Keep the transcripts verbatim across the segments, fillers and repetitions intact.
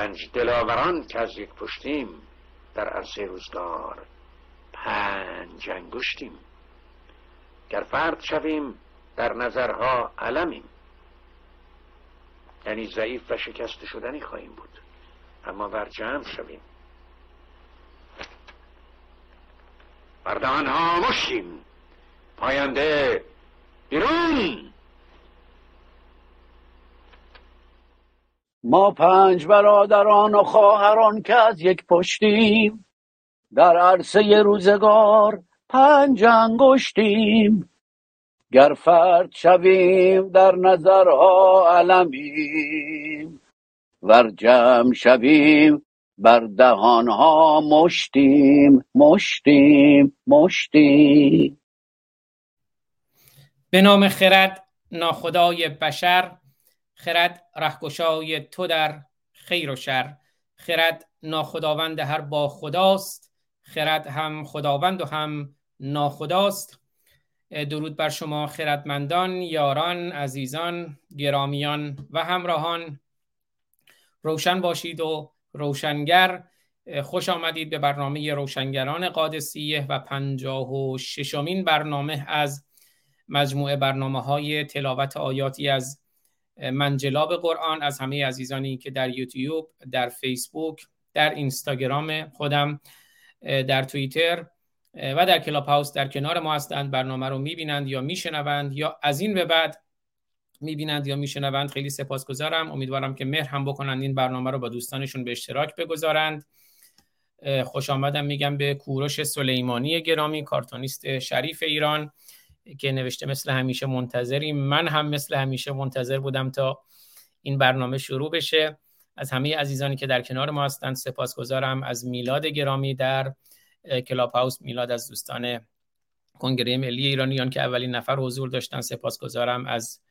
پنج دلاوران که از یک پشتیم، در عرصه روزگار پنج انگشتیم. گر فرد شویم در نظرها علمیم، یعنی ضعیف و شکست شدنی خواهیم بود، اما بر جمع شویم بردهانها مشتیم. پاینده بیرون. ما پنج برادران و خواهران که از یک پشتیم، در عرصه روزگار پنج انگشتیم. گر فرد شویم در نظرها علمیم، ور جمع شویم بر دهانها مشتیم مشتیم مشتیم. به نام خرد ناخدای بشر، خرد رهگشای تو در خیر و شر. خرد ناخداوند هر با خداست، خرد هم خداوند و هم ناخداست. درود بر شما خردمندان، یاران، عزیزان، گرامیان و همراهان. روشن باشید و روشنگر. خوش آمدید به برنامه روشنگران قادسیه و پنجاه و ششمین برنامه از مجموعه برنامه‌های تلاوت آیاتی از منجلاب قرآن. از همه عزیزانی که در یوتیوب، در فیسبوک، در اینستاگرام خودم، در توییتر و در کلاب هاوس در کنار ما هستند، برنامه رو میبینند یا میشنوند یا از این به بعد میبینند یا میشنوند، خیلی سپاسگزارم. امیدوارم که مهر هم بکنند این برنامه رو با دوستانشون به اشتراک بگذارند. خوش آمدم میگم به کوروش سلیمانی گرامی، کارتونیست شریف ایران، که نوشته مثل همیشه منتظریم. من هم مثل همیشه منتظر بودم تا این برنامه شروع بشه. از همه عزیزانی که در کنار ما هستند سپاسگزارم. از میلاد گرامی در کلاب هاوس، میلاد از دوستان کنگره ملی ایرانیان که اولین نفر حضور داشتن سپاسگزارم. از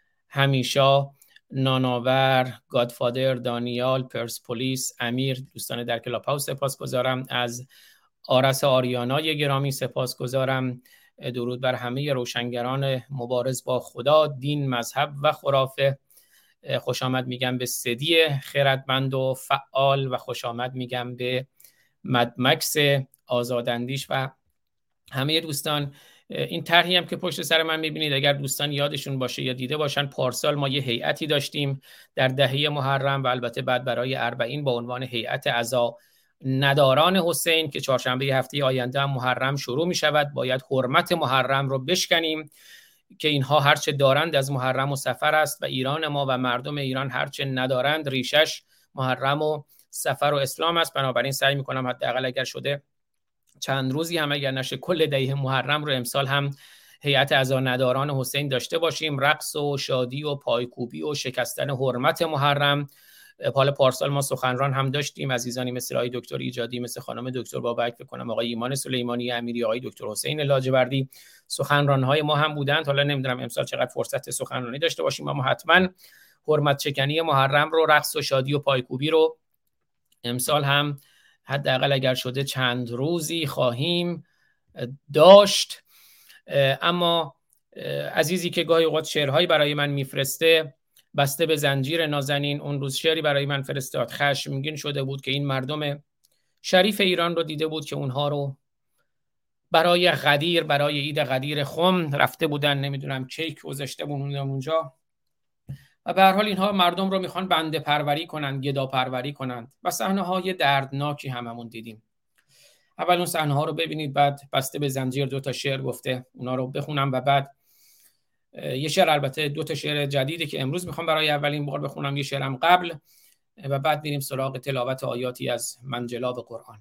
همیشا، ناناور، گادفادر، دانیال، پرسپولیس، امیر، دوستان در کلاب هاوس سپاسگزارم. از آرس آریانای گرامی سپاسگزارم. درود بر همه روشنگران مبارز با خدا، دین، مذهب و خرافه. خوش آمد میگم به سدی خردمند و فعال و خوش آمد میگم به مدمکس آزاداندیش و همه دوستان. این طرحی هم که پشت سر من میبینید، اگر دوستان یادشون باشه یا دیده باشن، پارسال ما یه هیئتی داشتیم در دهه محرم و البته بعد برای اربعین با عنوان هیئت عزا نداران حسین که چهارشنبه هفته آینده هم محرم شروع می شود. باید حرمت محرم رو بشکنیم که اینها هرچه دارند از محرم و سفر است و ایران ما و مردم ایران هرچه ندارند ریشش محرم و سفر و اسلام است. بنابراین سعی می کنم حداقل اگر شده چند روزی هم اگر نشه کل دهه محرم رو امسال هم هیئت عزا نداران حسین داشته باشیم. رقص و شادی و پایکوبی و شکستن حرمت محرم. حالا پارسال ما سخنران هم داشتیم، عزیزانی مثل آقای دکتر ایجادی، مثل خانم دکتر بابک، بکنم آقای ایمان سلیمانی امیری، آقای دکتر حسین لاجوردی، سخنران‌های ما هم بودند. حالا نمیدونم امسال چقدر فرصت سخنرانی داشته باشیم، اما حتما حرمت شکنی محرم رو، رقص و شادی و پایکوبی رو امسال هم حداقل اگر شده چند روزی خواهیم داشت. اما عزیزی که گاهی اوقات شعرهایی برای من میفرسته، بسته به زنجیر نازنین، اون روز شعری برای من فرستاد. خشمگین شده بود که این مردم شریف ایران رو دیده بود که اونها رو برای غدیر، برای عید غدیر خم رفته بودن، نمیدونم کیک گذاشته بودن اونجا و به هر حال اینها مردم رو میخوان بنده پروری کنن، گدا پروری کنن و صحنه های دردناکی هممون دیدیم. اول اون صحنه ها رو ببینید، بعد بسته به زنجیر دو تا شعر گفته، اونا رو بخونم و بعد یه شعر، البته دو تا شعر جدیدی که امروز میخوام برای اولین بار بخونم، یه شعرم قبل، و بعد میریم سراغ تلاوت آیاتی از منجلاب قرآن.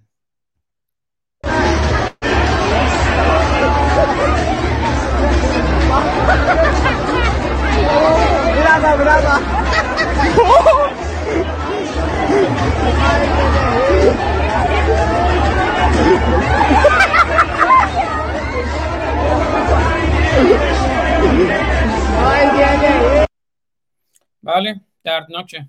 برافا برافا بله دردناکه.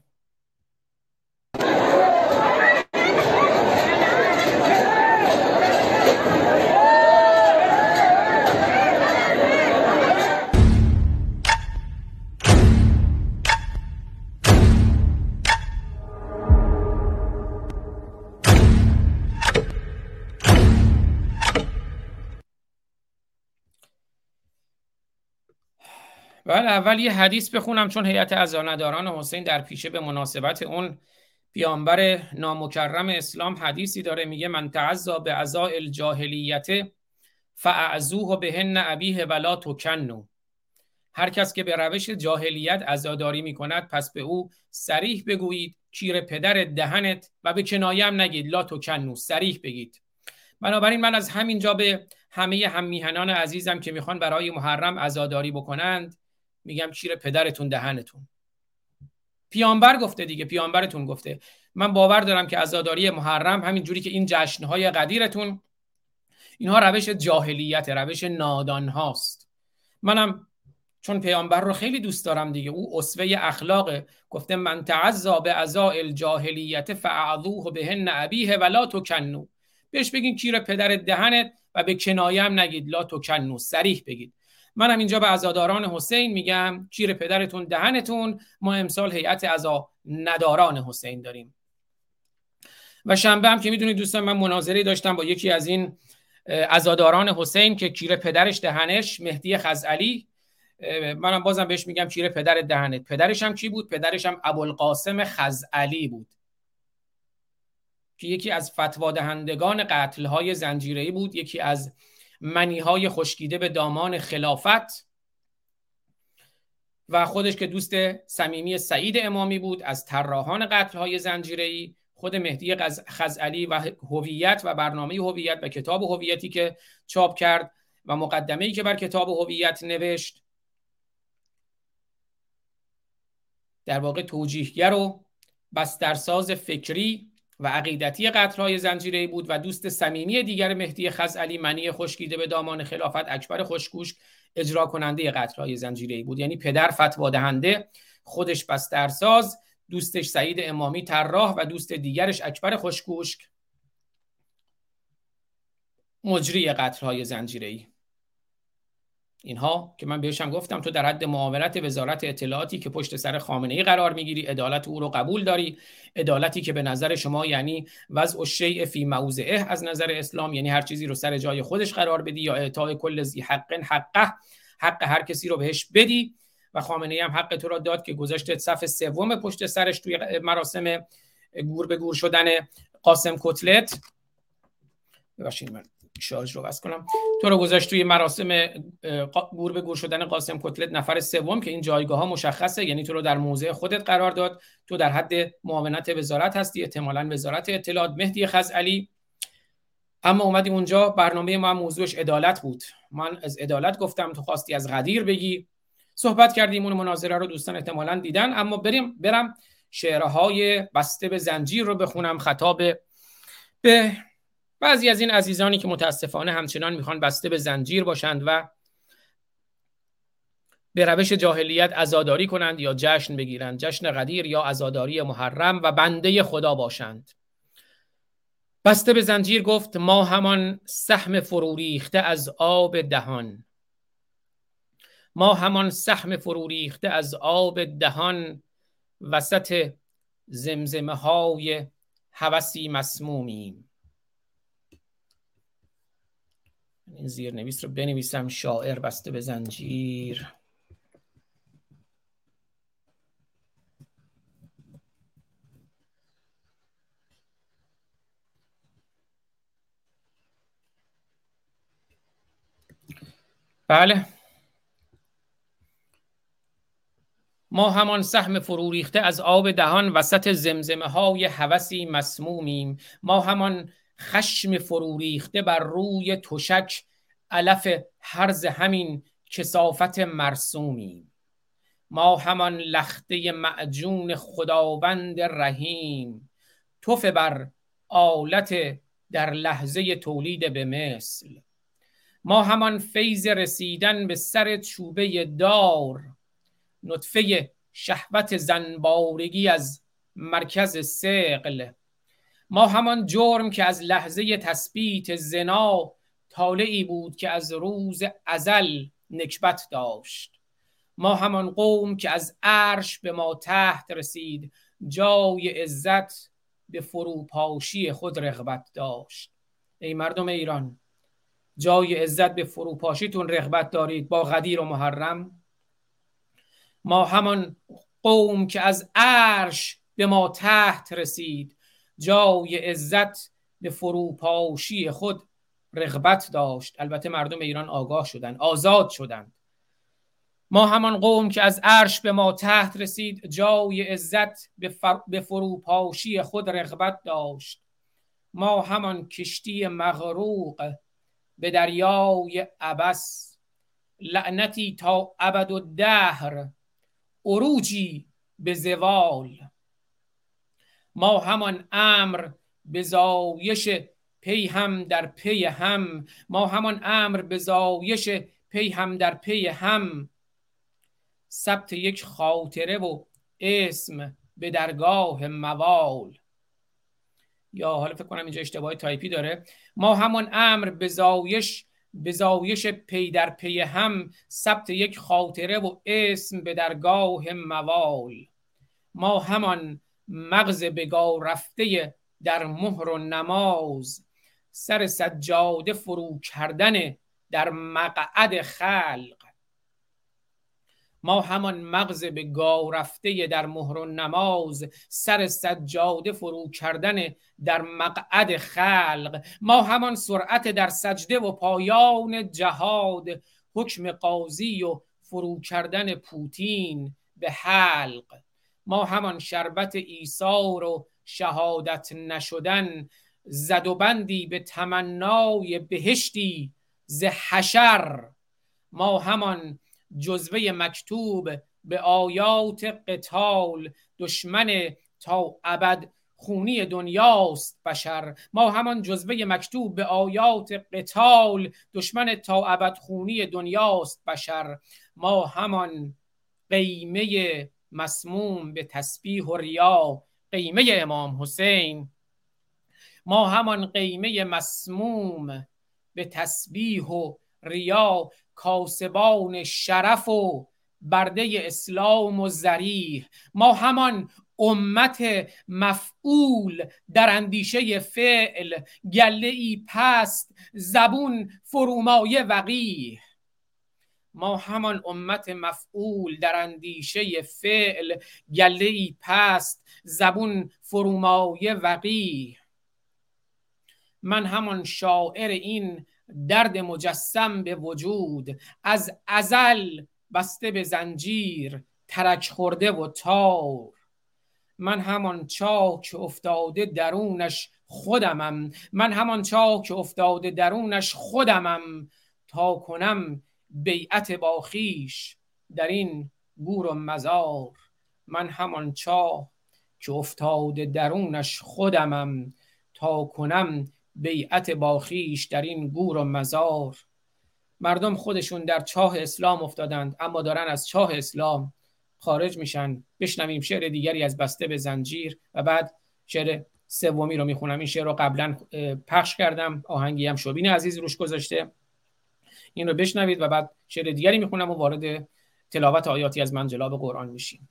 ولی اول یه حدیث بخونم، چون هیئت عزاداران حسین در پیشه به مناسبت اون پیامبر نامکرم اسلام حدیثی داره، میگه من تعزا به عزاء الجاهلیت فاعزوه بهن ابیه ولا تکنو. هر کس که به روش جاهلیت عزاداری میکند پس به او صریح بگویید کیر پدر دهنت و به کنایه هم نگید لا تکنو، صریح بگید. بنابراین من از همینجا به همه هم میهنان عزیزم که میخوان برای محرم عزاداری بکنند میگم کیر پدرتون دهنتون. پیامبر گفته دیگه، پیامبرتون گفته. من باور دارم که عزاداری محرم همین جوری که این جشنهای قدیرتون، اینها روش جاهلیت، روش نادان هاست. منم چون پیامبر رو خیلی دوست دارم دیگه، او اسوه اخلاقه، گفته من تعزا به عزاء الجاهلیت فاعذوه بهن ابیه ولا تکنو. بهش بگین کیر پدر دهنت و به کنایه هم نگید لا تکنو، صریح بگید. منم اینجا به عزاداران حسین میگم کیر پدرتون دهنتون. ما امسال هیئت عزاداران حسین داریم. و شنبه هم که میدونید دوستان من مناظره داشتم با یکی از این عزاداران حسین که کیر پدرش دهنش مهدی خزعلی. منم بازم بهش میگم کیر پدر دهنت. پدرش هم کی بود؟ پدرش هم ابوالقاسم خزعلی بود که یکی از فتوا دهندگان قتل‌های زنجیره‌ای بود، یکی از منیهای خشکیده به دامان خلافت و خودش که دوست صمیمی سعید امامی بود، از طراحان قتل‌های زنجیره‌ای. خود مهدی خزعلی و هویت و برنامه هویت و کتاب هویتی که چاپ کرد و مقدمه‌ای که بر کتاب هویت نوشت، در واقع توجیهگر و بسترساز فکری و عقیدتی قتل‌های زنجیره‌ای بود و دوست صمیمی دیگر مهدی خزعلی، منی خشکیده به دامان خلافت، اکبر خوشگوشک، اجرا کننده قتل‌های زنجیره‌ای بود. یعنی پدر فتوا دهنده، خودش بسترساز، دوستش سعید امامی طراح و دوست دیگرش اکبر خوشگوشک مجری قتل‌های زنجیره‌ای. اینها که من بهشم گفتم تو در حد معاونت وزارت اطلاعاتی که پشت سر خامنه‌ای قرار میگیری، عدالت او رو قبول داری، عدالتی که به نظر شما یعنی وضع الشیء فی موضعه از نظر اسلام، یعنی هر چیزی رو سر جای خودش قرار بدی، یا اعطاء کل ذی حق حقه، حق هر کسی رو بهش بدی. و خامنه‌ای هم حق تو را داد که گذاشته صف سوم پشت سرش توی مراسم گور به گور شدن قاسم کتلت. ببخشید من شارژ رو بس کنم. تو رو گذاشت توی مراسم گور به گور شدن قاسم کتلت نفر سوم که این جایگاه ها مشخصه، یعنی تو رو در موضع خودت قرار داد. تو در حد معاونت وزارت هستی، احتمالاً وزارت اطلاعات مهدی خزعلی. اما اومدیم اونجا برنامه ما موضوعش عدالت بود. من از عدالت گفتم، تو خواستی از غدیر بگی. صحبت کردیم، اون مناظره رو دوستان احتمالاً دیدن. اما بریم برم شعرهای بسته به زنجیر رو بخونم، خطاب به بعضی از این عزیزانی که متاسفانه همچنان میخوان بسته به زنجیر باشند و به روش جاهلیت عزاداری کنند یا جشن بگیرند، جشن غدیر یا عزاداری محرم، و بنده خدا باشند. بسته به زنجیر گفت ما همان سهم فرو ریخته از آب دهان، ما همان سهم فرو ریخته از آب دهان، وسط زمزمه های هوسی مسمومیم. این زیرنویس رو بنویسم، شاعر بسته به زنجیر. بله، ما همان سهم فرو ریخته از آب دهان، وسط زمزمه های هوسی مسمومیم. ما همان خشم فرو ریخته بر روی تشک، علف هرز همین کثافت مرسومیم. ما همان لخته معجون خداوند رحیم، تف بر آلت در لحظه تولید به مثل. ما همان فیض رسیدن به سر چوبه دار، نطفه شهوت زنبارگی از مرکز ثقل. ما همان جرم که از لحظه تثبیت زنا، طالعی بود که از روز ازل نکبت داشت. ما همان قوم که از عرش به ما تحت رسید، جای عزت به فروپاشی خود رغبت داشت. ای مردم ایران، جای عزت به فروپاشیتون رغبت دارید با غدیر و محرم؟ ما همان قوم که از عرش به ما تحت رسید، جای عزت به فروپاشی خود رغبت داشت. البته مردم ایران آگاه شدند، آزاد شدند. ما همان قوم که از عرش به ما تحت رسید، جای عزت به فروپاشی خود رغبت داشت. ما همان کشتی مغروق به دریای عبس، لعنتی تا ابد و دهر عروجی به زوال. ما همان امر به زایش پی هم در پی هم، ما همان امر به زایش پی هم در پی هم. ثبت یک خاطره و اسم به درگاه موال. یا حالا فکر کنم اینجا اشتباه تایپی داره. ما همان امر به زایش به زایش پی در پی هم، ثبت یک خاطره و اسم به درگاه موال. ما همان مغز بگاه رفته در مهر و نماز، سر سجاده فرو کردن در مقعد خلق. ما همان مغز به گاو رفته در مهر و نماز، سر سجاده فرو کردن در مقعد خلق. ما همان سرعت در سجده و پایان جهاد، حکم قاضی و فرو کردن پوتین به حلق. ما همان شربت ایثار و شهادت نشدن، زد و بندی به تمنای بهشتی ز حشر. ما همان جزوه مکتوب به آیات قتال، دشمن تا ابد خونی دنیاست بشر. ما همان جزوه مکتوب به آیات قتال، دشمن تا ابد خونی دنیاست بشر. ما همان قیمه مسموم به تسبیح و ریا، قیمه امام حسین. ما همان قیمه مسموم به تسبیح و ریا، کاسبان شرف و برده اسلام و ذریح. ما همان امت مفعول در اندیشه فعل، گله ای پست زبون فرومایه وقیح. ما همان امت مفعول در اندیشه فعل، گله ای پست زبون فرومایه وقیح. من همان شاعر این درد مجسم به وجود، از ازل بسته به زنجیر ترک خورده و تار. من همان چاه که افتاده درونش خودمم، من همان چاه که افتاده درونش خودمم. تا کنم بیعت با خویش در این گور و مزار. من همان چاه که افتاده درونش خودمم، تا کنم بیعت با خویش در این گور و مزار. مردم خودشون در چاه اسلام افتادند، اما دارن از چاه اسلام خارج میشن. بشنویم شعر دیگری از بسته به زنجیر و بعد شعر سومی رو میخونم. این شعر رو قبلا پخش کردم، آهنگی هم شوبین عزیز روش گذاشته. این رو بشنوید و بعد شعر دیگری میخونم و وارد تلاوت آیاتی از منجلاب قرآن میشیم.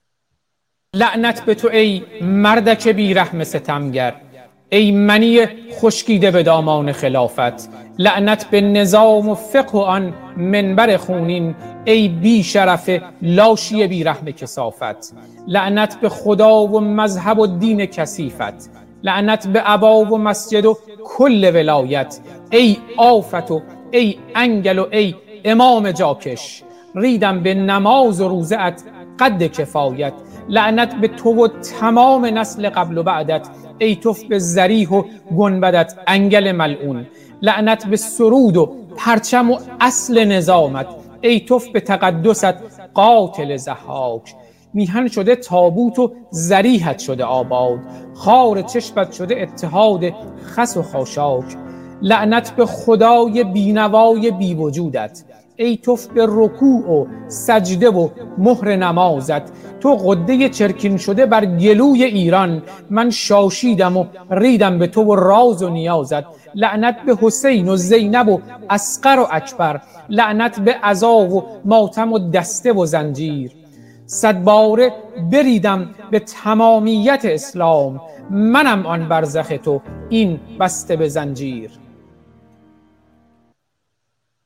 لعنت به تو ای مردک بی رحم ستمگر، ای منی خشکیده به دامان خلافت. لعنت به نظام و فقه و آن منبر خونین، ای بی شرف لاشی بی رحم کثافت. لعنت به خدا و مذهب و دین کثیفت، لعنت به عبا و مسجد و کل ولایت. ای آفت و ای انگل و ای امام جاکش، ریدم به نماز و روزه ات قد کفایت. لعنت به تو و تمام نسل قبل و بعدت، ای توف به ذریح و گنبدت انگل ملعون. لعنت به سرود و پرچم و اصل نظامت، ای توف به تقدست قاتل ضحاک. میهن شده تابوت و ذریحت شده آباد، خار چشمت شده اتحاد خس و خاشاک. لعنت به خدای بینوای بی وجودت، ای توف به رکوع و سجده و مهر نمازت. تو قده چرکین شده بر گلوی ایران، من شاشیدم و ریدم به تو و راز و نیازت. لعنت به حسین و زینب و اصغر و اکبر، لعنت به عزا و ماتم و دسته و زنجیر. صد باره بریدم به تمامیت اسلام، منم آن برزخ تو این بسته به زنجیر.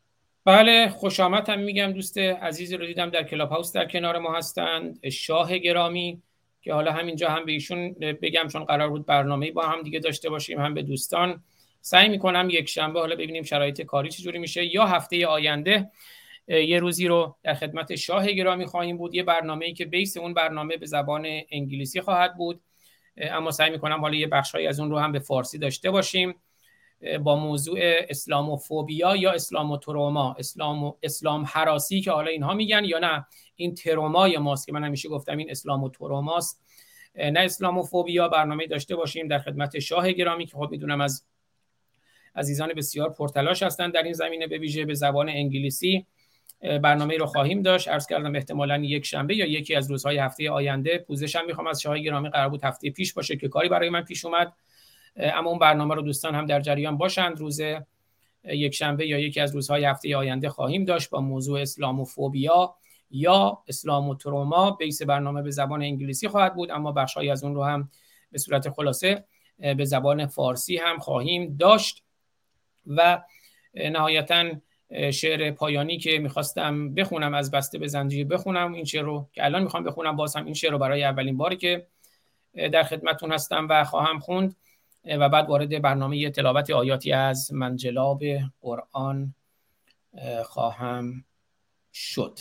بله، خوش آمد هم میگم دوست عزیزی رو دیدم در کلاب هاوس در کنار ما هستند، شاه گرامی، که حالا همینجا هم به ایشون بگم چون قرار بود برنامه‌ای با هم دیگه داشته باشیم، هم به دوستان. سعی میکنم یک شنبه، حالا ببینیم شرایط کاری چجوری میشه، یا هفته آینده یه روزی رو در خدمت شاه گرامی خواهیم بود. یه برنامه‌ای که بیس اون برنامه به زبان انگلیسی خواهد بود، اما سعی میکنم حالا یه بخشایی از اون رو هم به فارسی داشته باشیم، با موضوع اسلاموفوبیا یا اسلاموتروما، اسلام و اسلام هراسی که حالا اینها میگن، یا نه این ترومای ماست که من همیشه گفتم این اسلاموتروماست، نه اسلاموفوبیا. برنامه داشته باشیم در خدمت شاه گرامی که خب میدونم از عزیزان بسیار پرتلاش هستند در این زمینه، به ویژه به زبان انگلیسی. برنامه رو خواهیم داشت، عرض کردم احتمالاً یک شنبه یا یکی از روزهای هفته آینده. پوزشم میخوام از شاه گرامی، قرار بود هفته پیش باشه که کاری برای من پیش اومد، اما اون برنامه رو دوستان هم در جریان باشند. روز یک شنبه یا یکی از روزهای هفته آینده خواهیم داشت با موضوع اسلاموفوبیا یا اسلاموتروما. بیس برنامه به زبان انگلیسی خواهد بود، اما بخشایی از اون رو هم به صورت خلاصه به زبان فارسی هم خواهیم داشت. و نهایتاً شعر پایانی که میخواستم بخونم از بسته به زنجیر بخونم، این شعر رو که الان میخوام بخونم، باز هم این شعر رو برای اولین باری که در خدمتون هستم و خواهم خوند و بعد وارد برنامه تلاوت آیاتی از منجلاب قرآن خواهم شد.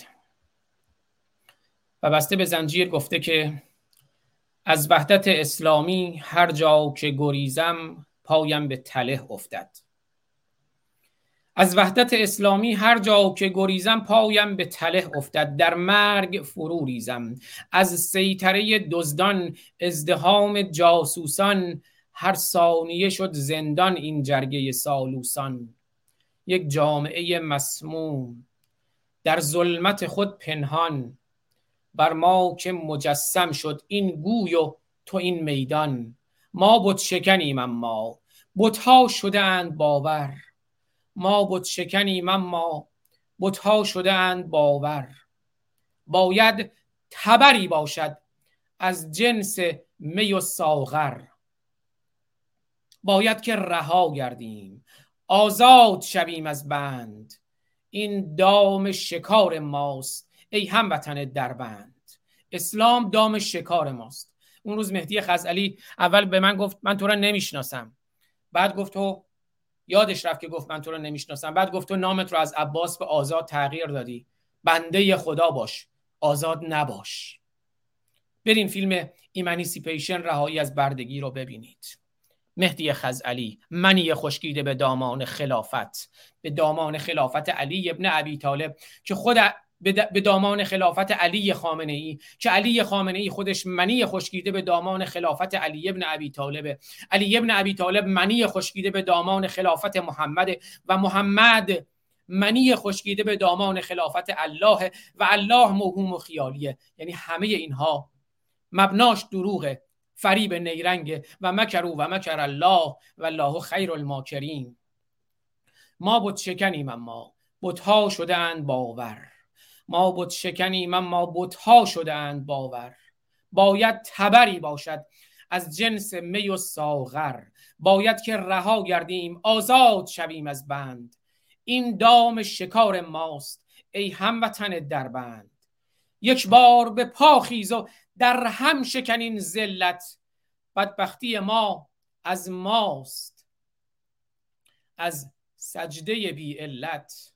و بسته به زنجیر گفته که از وحدت اسلامی هر جا که گریزم پایم به تله افتد. از وحدت اسلامی هر جا که گریزم پایم به تله افتد. در مرگ فرو ریزم از سیطره دزدان، ازدحام جاسوسان، هر ثانیه شد زندان این جرگه سالوسان. یک جامعه مسموم در ظلمت خود پنهان، بر ما که مجسم شد این گوی و تو این میدان. ما بت شکنیم اما بت‌ها شده اند باور، ما بت شکنیم اما بت‌ها شده اند باور. باید تبری باشد از جنس می و ساغر، باید که رها گردیم آزاد شویم از بند. این دام شکار ماست ای هموطن دربند. اسلام دام شکار ماست. اون روز مهدی خزعلی اول به من گفت من تو را نمیشناسم، بعد گفت تو، یادش رفت که گفت من تو را نمیشناسم، بعد گفت تو نامت رو از عباس به آزاد تغییر دادی، بنده خدا باش، آزاد نباش. بریم فیلم ایمانسیپیشن، رهایی از بردگی رو ببینید. مهدی خزعلی، منی خشکیده به دامان خلافت، به دامان خلافت علی ابن ابی طالب، که خود به دامان خلافت علی خامنه ای، که علی خامنه ای خودش منی خشکیده به دامان خلافت علی ابن ابی طالب، علی ابن ابی طالب منی خشکیده به دامان خلافت محمد، و محمد منی خشکیده به دامان خلافت الله، و الله موهوم و خیالیه. یعنی همه اینها مبناش دروغه، فریب نیرنگ، و مکروا و مکر الله و الله خیر الماکرین. ما بت شکنیم اما بت‌ها شده اند باور، ما بت شکنیم اما بت‌ها شده اند باور. باید تبری باشد از جنس می و ساغر، باید که رها گردیم آزاد شویم از بند. این دام شکار ماست ای هموطن دربند. یک بار به پا خیز و در هم شکن این ذلت، بدبختی ما از ماست از سجده بی علت.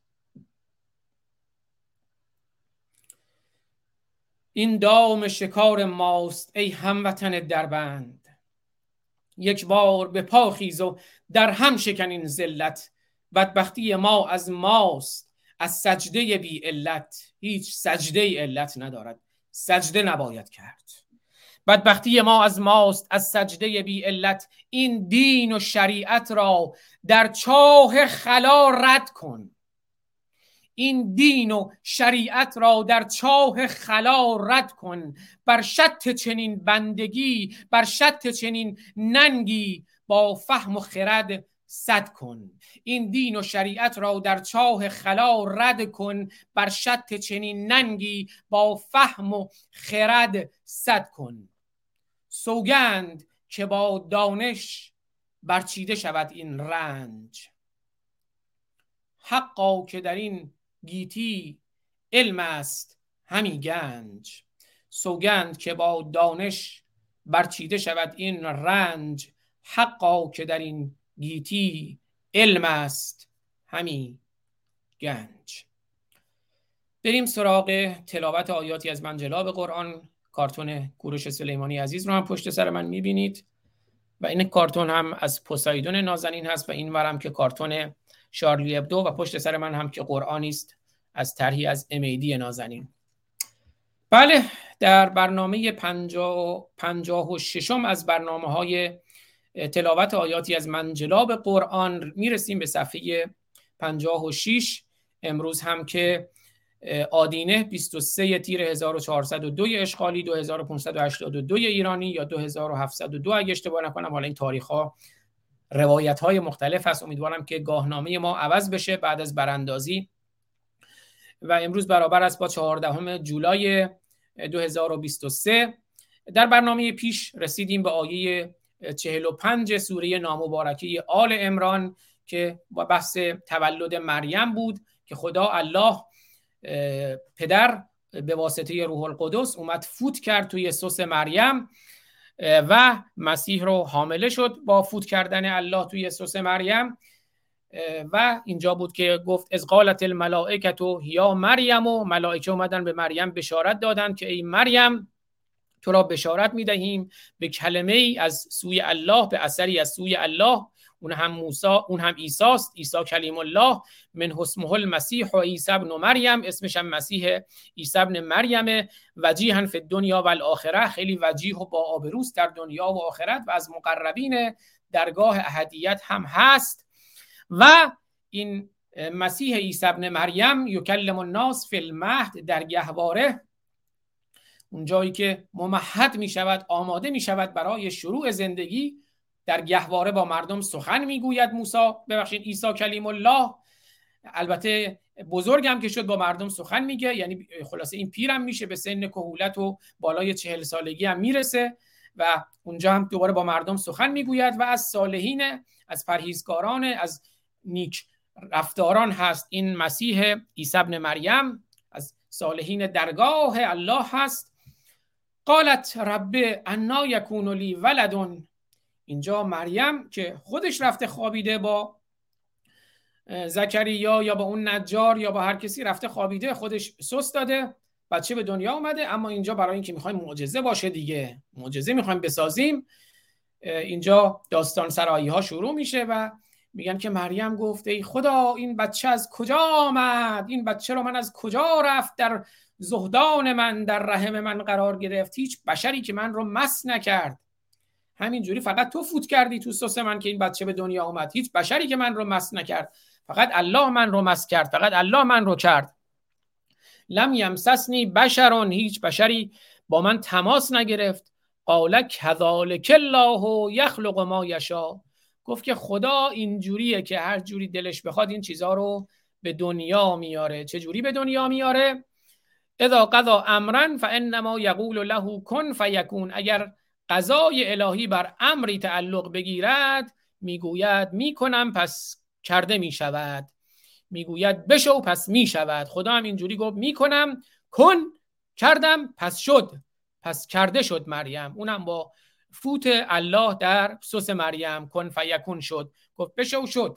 این دام شکار ماست ای هموطن دربند. یک بار به پا خیز و در هم شکن این ذلت، بدبختی ما از ماست از سجده بی علت. هیچ سجده علت ندارد، سجده نباید کرد. بدبختی ما از ماست از سجده بی علت. این دین و شریعت را در چاه خلا رد کن، این دین و شریعت را در چاه خلا رد کن. بر شط چنین بندگی، بر شط چنین ننگی، با فهم و خرد صد کن. این دین و شریعت را در چاه خلا رد کن، بر شط چنین ننگی، با فهم و خرد صد کن. سوگند که با دانش برچیده شود این رنج، حقا که در این گیتی علم است همی گنج. سوگند که با دانش برچیده شود این رنج. حقا که در این گیتی علم است همی گنج. بریم سراغ تلاوت آیاتی از منجلاب قرآن. کارتون کوروش سلیمانی عزیز رو هم پشت سر من میبینید و این کارتون هم از پوسایدون نازنین هست و این ورم که کارتون شارلی ابدو و پشت سر من هم که قرآنی است از طرحی از امیدی نازنین. بله، در برنامه پنجاه, پنجاه و ششم از برنامه های تلاوت آیاتی از منجلاب قرآن میرسیم به صفحه پنجاه و شش. امروز هم که آدینه بیست و سه تیر هزار و چهارصد و دو اشغالی، دو هزار و پانصد و هشتاد و دو ایرانی یا دو هزار و هفتصد و دو اگه اشتباه نکنم. حالا این تاریخ ها روایت های مختلف هست. امیدوارم که گاهنامه ما عوض بشه بعد از براندازی و امروز برابر است با چهاردهم جولای دو هزار و بیست و سه. در برنامه پیش رسیدیم به آیه چهل و پنج سوره نامبارکه آل عمران که با بحث تولد مریم بود که خدا الله پدر به واسطه روح القدس اومد فوت کرد توی سس مریم و مسیح رو حامله شد با فوت کردن الله توی سس مریم. و اینجا بود که گفت از قالت الملائکه یا مریم، و ملائکه اومدن به مریم بشارت دادن که ای مریم تو را بشارت میدهیم به کلمه ای از سوی الله، به اثری از سوی الله. اون هم موسی، اون هم عیسی است، عیسی کلیم الله. من اسمه المسیح و عیسی ابن مریم، اسمش هم مسیح عیسی ابن مریم. وجیها فی الدنیا و الاخره، خیلی وجیه و با آبروست در دنیا و آخرت و از مقربین درگاه احدیت هم هست. و این مسیح عیسی ابن مریم یکلم الناس فی المهد، در گهواره، اون جایی که ممهد می شود، آماده می شود برای شروع زندگی، در گهواره با مردم سخن میگوید. موسی ببخشید عیسی کلیم الله، البته بزرگم که شد با مردم سخن میگه، یعنی خلاصه این پیرم میشه، به سن کهولت و بالای چهل سالگی هم میرسه و اونجا هم دوباره با مردم سخن میگوید و از صالحین، از پرهیزکاران، از نیک رفتاران هست. این مسیح عیسی ابن مریم از صالحین درگاه الله هست. قالت رب انا یکون لی ولد، اینجا مریم که خودش رفته خوابیده با زکریا یا با اون نجار یا با هر کسی رفته خوابیده، خودش سس داده، بچه به دنیا اومده. اما اینجا برای اینکه میخوایم معجزه باشه دیگه، معجزه میخوایم بسازیم، اینجا داستان سرایی ها شروع میشه و میگن که مریم گفت ای خدا این بچه از کجا آمد؟ این بچه رو من از کجا رفت در زهدان من، در رحم من قرار گرفت؟ هیچ بشری که من رو مس نکرد، همینجوری فقط تو فوت کردی تو سس من که این بچه به دنیا اومد. هیچ بشری که من رو مس نکرد، فقط الله من رو مس کرد، فقط الله من رو کرد. لم یمسسنی بشرون، هیچ بشری با من تماس نگرفت. قال کذالک الله یخلق ما یشاء، گفت که خدا اینجوریه که هر جوری دلش بخواد این چیزا رو به دنیا میاره. چه جوری به دنیا میاره؟ اذا قضا امرا فانما یقول له کن فیکون، اگر قضای الهی بر امری تعلق بگیرد میگوید میکنم پس کرده میشود، میگوید بشو پس میشود. خدا هم اینجوری گفت میکنم، کن، کردم پس شد، پس کرده شد مریم. اونم با فوت الله در سس مریم، کن فیکون شد، گفت بشو شد.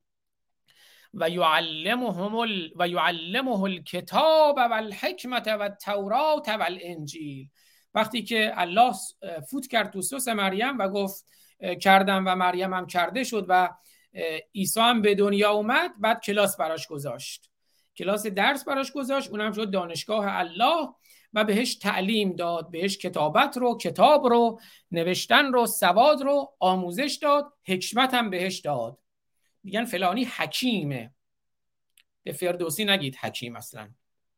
و یعلمهم ال... و یعلمه الکتاب و الحکمت و التورات و الانجیل. وقتی که الله فوت کرد تو سس مریم و گفت کردم و مریم هم کرده شد و عیسی هم به دنیا اومد، بعد کلاس براش گذاشت، کلاس درس براش گذاشت، اونم شد دانشگاه الله و بهش تعلیم داد، بهش کتابت رو، کتاب رو، نوشتن رو، سواد رو آموزش داد، حکمت هم بهش داد. میگن فلانی حکیمه، به فردوسی نگید حکیم. اصلا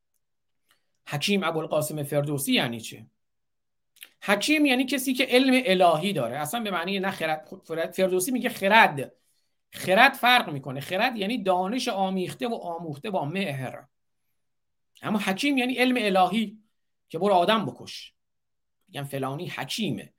حکیم ابوالقاسم فردوسی یعنی چه؟ حکیم یعنی کسی که علم الهی داره، اصلا به معنی نه خرد. فردوسی میگه خرد، خرد فرق میکنه. خرد یعنی دانش آمیخته و آموخته با مهر، اما حکیم یعنی علم الهی که برو آدم بکش. میگن فلانی حکیمه.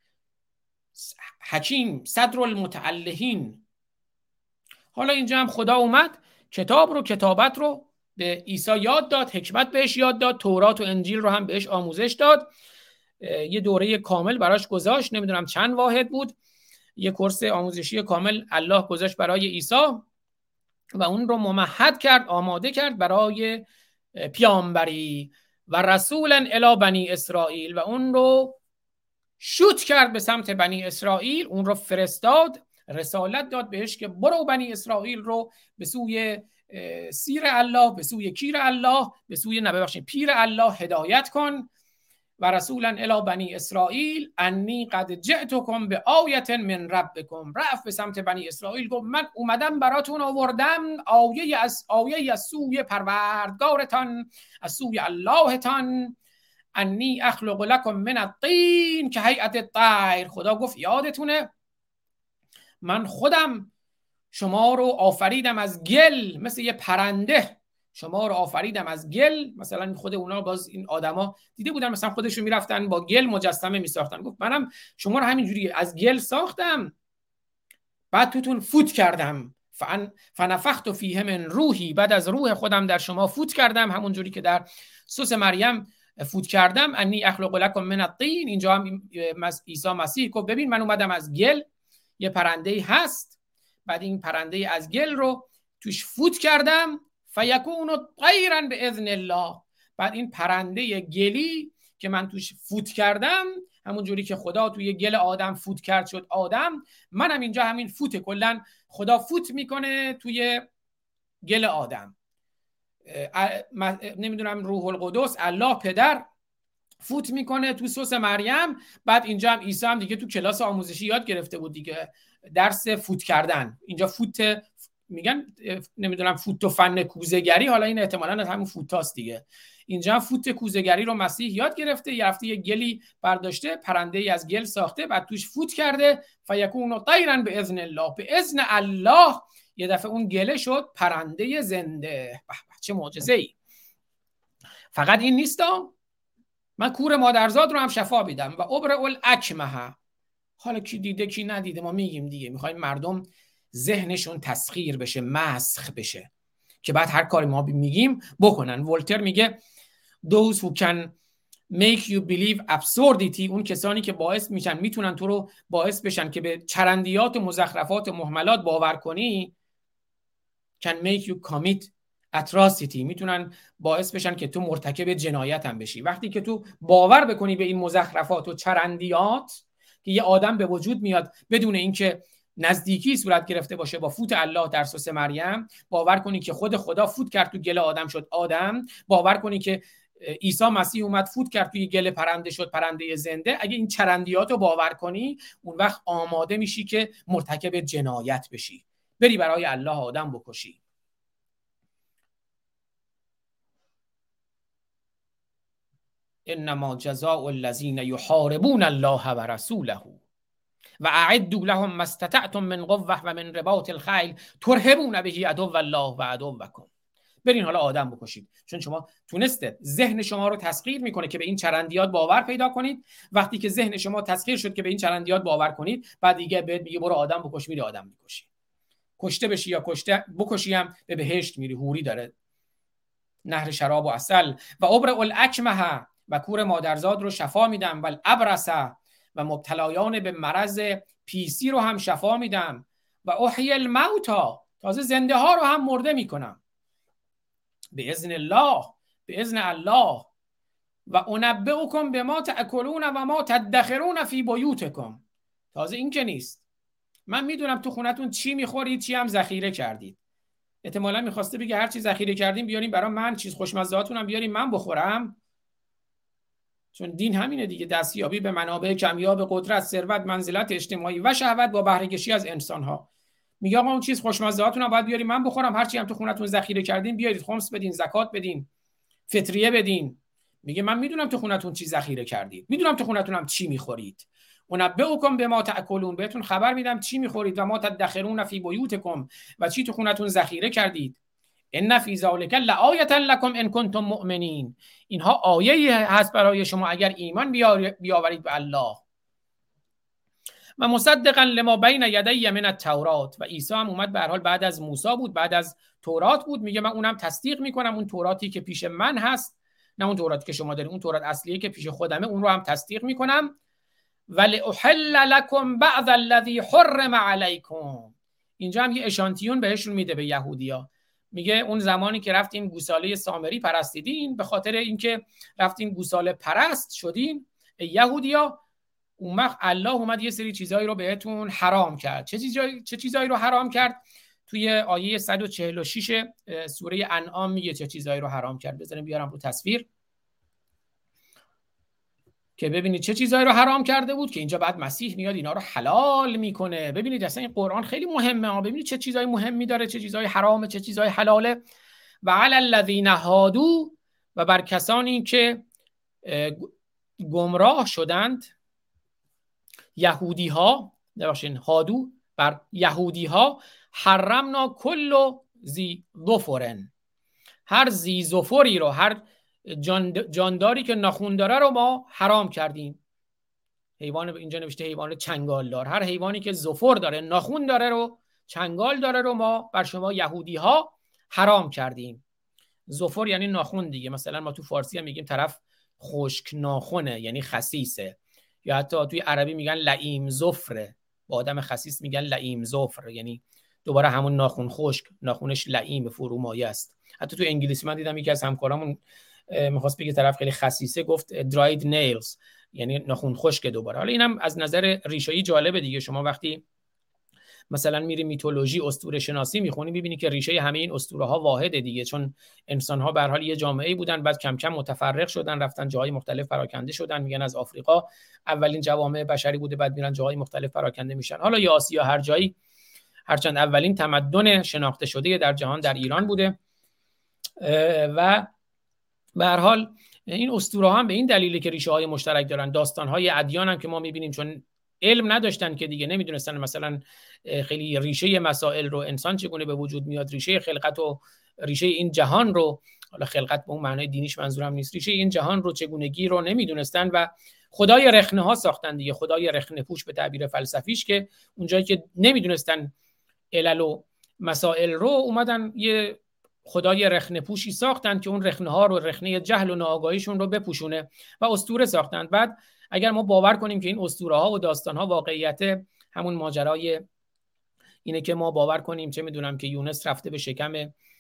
حکیم صدر المتعلهین. حالا اینجا هم خدا اومد کتاب رو، کتابت رو به عیسی یاد داد، حکمت بهش یاد داد، تورات و انجیل رو هم بهش آموزش داد، یه دوره کامل براش گذاشت، نمیدونم چند واحد بود، یه کورس آموزشی کامل الله گذاشت برای عیسی و اون رو ممهد کرد، آماده کرد برای پیامبری و رسولا الی بنی اسرائیل و اون رو شوت کرد به سمت بنی اسرائیل، اون رو فرستاد، رسالت داد بهش که برو بنی اسرائیل رو به سوی سیر الله، به سوی کیر الله، به سوی نه ببخشید پیر الله هدایت کن. و رسولا الی بنی اسرائیل انی قد جئتکم بآیة من ربکم، رفت به سمت بنی اسرائیل گفت من اومدم براتون آوردم آیه از آیه از سوی پروردگارتان، از سوی اللهتان، انی اخلق لکم من الطین که هیئت الطیر. خدا گفت یادتونه من خودم شما رو آفریدم از گل، مثل یه پرنده شما رو آفریدم از گل. مثلا خود اونا باز این آدما دیده بودن مثلا خودشون میرفتن با گل مجسمه میساختن، گفت منم شما رو همینجوری از گل ساختم، بعد توتون فوت کردم، فن فنفخت فیه من روحی، بعد از روح خودم در شما فوت کردم، همون جوری که در سوس مریم فوت کردم. انی اخلق لکم من الطین. اینجا هم عیسی مسیح گفت ببین من اومدم از گل، یه پرنده‌ای هست، بعد این پرنده از گل رو توش فوت کردم، فیکون طیرا باذن الله. بعد این پرنده گلی که من توش فوت کردم، همون جوری که خدا توی گل آدم فوت کرد شد آدم، منم اینجا همین فوت، کلا خدا فوت میکنه توی گل آدم. نمیدونم روح القدس الله پدر فوت میکنه تو سوس مریم. بعد اینجا هم عیسی هم دیگه تو کلاس آموزشی یاد گرفته بود دیگه، درس فوت کردن. اینجا فوت میگن نمیدونم فوت و فن کوزه‌گری، حالا این احتمالاً همون فوتاست دیگه. اینجا هم فوت کوزه‌گری رو مسیح یاد گرفته، یه هفته یه گلی برداشته، پرنده‌ای از گل ساخته، بعد توش فوت کرده، فیکون طیرا باذن الله، به اذن الله یه دفعه اون گله شد پرنده زنده. چه معجزه‌ای. فقط این نیستا، من کور مادرزاد رو هم شفا میدم و ابرئ الاکمه. حالا کی دیده کی ندیده ما میگیم دیگه، میخوایم مردم ذهنشون تسخیر بشه، مسخ بشه، که بعد هر کاری ما میگیم بکنن. ولتر میگه those who can make you believe absurdity، اون کسانی که باعث میشن میتونن تو رو باعث بشن که به چرندیات و مزخرفات و مهملات باور کنی، can make you commit atrocity، میتونن باعث بشن که تو مرتکب جنایت هم بشی. وقتی که تو باور بکنی به این مزخرفات و چرندیات که یه آدم به وجود میاد بدون اینکه نزدیکی صورت گرفته باشه با فوت الله در سوس مریم، باور کنی که خود خدا فوت کرد تو گل آدم شد آدم، باور کنی که عیسی مسیح اومد فوت کرد توی گل پرنده شد پرنده زنده، اگه این چرندیات رو باور کنی اون وقت آماده میشی که مرتکب جنایت بشی، بری برای الله آدم بکشی. انما جزاء الذین یحاربون الله و رسوله و اعدوا لهم ما استطعتم من قوة و من رباط الخیل ترهبون به عدو الله و عدوکم. برین حالا آدم بکشید، چون شما تونسته ذهن شما رو تسخیر میکنه که به این چرندیات باور پیدا کنید. وقتی که ذهن شما تسخیر شد که به این چرندیات باور کنید، بعد دیگه بهت میگه برو آدم بکش، میری آدم میکشی. کشته بشی یا کشته بکشی هم به بهشت میری، حوری داره، نهر شراب و عسل. و ابرئ الاکمه، و کور مادرزاد رو شفا میدم، و الابرص، و مبتلایان به مرض پیسی رو هم شفا میدم، و احیی الموتا، تازه زنده ها رو هم مرده میکنم به اذن الله، به اذن الله. و انبئکم بما تاکلون و ما تدخرون فی بیوتکم. تازه این که نیست، من میدونم تو خونتون چی میخورید، چی هم ذخیره کردید. احتمالاً میخواسته بگه هر چی ذخیره کردیم بیاریم برای من، چیز خوشمزه‌هاتون هم بیاریم من بخورم. چون دین همینه دیگه، دستیابی به منابع کمیاب قدرت، ثروت، منزلت اجتماعی و شهوت با بهره کشی از انسان‌ها. میگه آقا اون چیز خوشمزه‌هاتون هم باید بیاریم من بخورم، هر چی هم تو خونتون ذخیره کردین بیارید، خمس بدین، زکات بدین، فطریه بدین. میگه من میدونم تو خونتون چی ذخیره کردید، میدونم تو خونتون هم چی میخورید. انبئکم بما تاکلون، بهتون خبر میدم چی میخورید، و ما تدخرون فی بیوتکم، و چی تو خونتون ذخیره کردید. ان فی ذلک لآیة لکم ان کنتم مؤمنین. اینها آیه‌ای هست برای شما اگر ایمان بیاورید به الله. و مصدقا لما بین یدی من التورات. و عیسی هم اومد به هر حال بعد از موسی بود، بعد از تورات بود، میگه من اونم تصدیق میکنم، اون توراتی که پیش من هست، نه اون توراتی که شما دارید، اون تورات اصلیه که پیش خودمه، اون رو هم تصدیق میکنم. ولأحل لکم بعض الذی حرم علیکم. اینجا هم یه اشانتیون بهشون میده به یهودیا، میگه اون زمانی که رفتین گوساله سامری پرستیدین، به خاطر اینکه رفتین گوساله پرست شدین یهودیا، اون وقت الله اومد یه سری چیزایی رو بهتون حرام کرد. چه چیزایی چه چیزایی رو حرام کرد؟ توی آیه صد و چهل و شش سوره انعام میگه چه چیزایی رو حرام کرد. بذاریم بیارم رو تصویر که ببینید چه چیزایی رو حرام کرده بود، که اینجا بعد مسیح میاد اینا رو حلال میکنه. ببینید اصلا این قرآن خیلی مهمه، ببینید چه چیزای مهمی داره، چه چیزای حرامه، چه چیزای حلاله. و علی الذین هادو، و بر کسانی که گمراه شدند، یهودی ها، نباشین هادو، بر یهودی ها، حرمنا کل ذی ظفرن، هر ذی ظفری رو، هر جانداری که ناخون داره رو ما حرام کردیم. حیوان، اینجا نوشته حیوان چنگالدار، هر حیوانی که ظفر داره، ناخون داره رو، چنگال داره رو ما بر شما یهودی ها حرام کردیم. ظفر یعنی ناخون دیگه. مثلا ما تو فارسی هم میگیم طرف خشک ناخونه، یعنی خسیسه، یا حتی توی عربی میگن لئیم ظفره، با آدم خسیس میگن لئیم ظفر، یعنی دوباره همون ناخون خشک، ناخونش لئیم فرومایه است. حتی تو انگلیسی من دیدم یکی از همکارامون میخواست بگه طرف خیلی خسیسه، گفت dried nails، یعنی ناخون خشک دوباره. حالا اینم از نظر ریشه‌ای جالبه دیگه. شما وقتی مثلا میری میتولوژی، اسطوره شناسی میخونی، میبینی که ریشه همه این اسطوره ها واحده دیگه، چون انسان ها به هر حال یه جامعه‌ای بودن، بعد کم کم متفرق شدن، رفتن جاهای مختلف پراکنده شدن. میگن از آفریقا اولین جوامع بشری بوده، بعد میرن جاهای مختلف پراکنده میشن. حالا یا آسیا، هر جایی، هرچند اولین تمدن شناخته شده در جهان در ایران بوده. و به هر حال این اسطوره ها هم به این دلیله که ریشه های مشترک دارن. داستان های ادیان هم که ما میبینیم، چون علم نداشتن که دیگه، نمیدونستن مثلا خیلی ریشه مسائل رو، انسان چگونه به وجود میاد، ریشه خلقت و ریشه این جهان رو، حالا خلقت به اون معنای دینیش منظورم نیست، ریشه این جهان رو، چگونگی رو نمیدونستن و خدای رخنه ها ساختن دیگه، خدای رخنه پوش به تعبیر فلسفیش، که اونجایی که نمیدونستن علل و مسائل رو، اومدن یه خدای رخنه پوشی ساختن که اون رخنه ها رو، رخنه جهل و ناآگاهیشون رو بپوشونه و اسطوره ساختن. بعد اگر ما باور کنیم که این اسطوره ها و داستان ها واقعیت، همون ماجرای اینه که ما باور کنیم چه میدونم که یونس رفته به شکم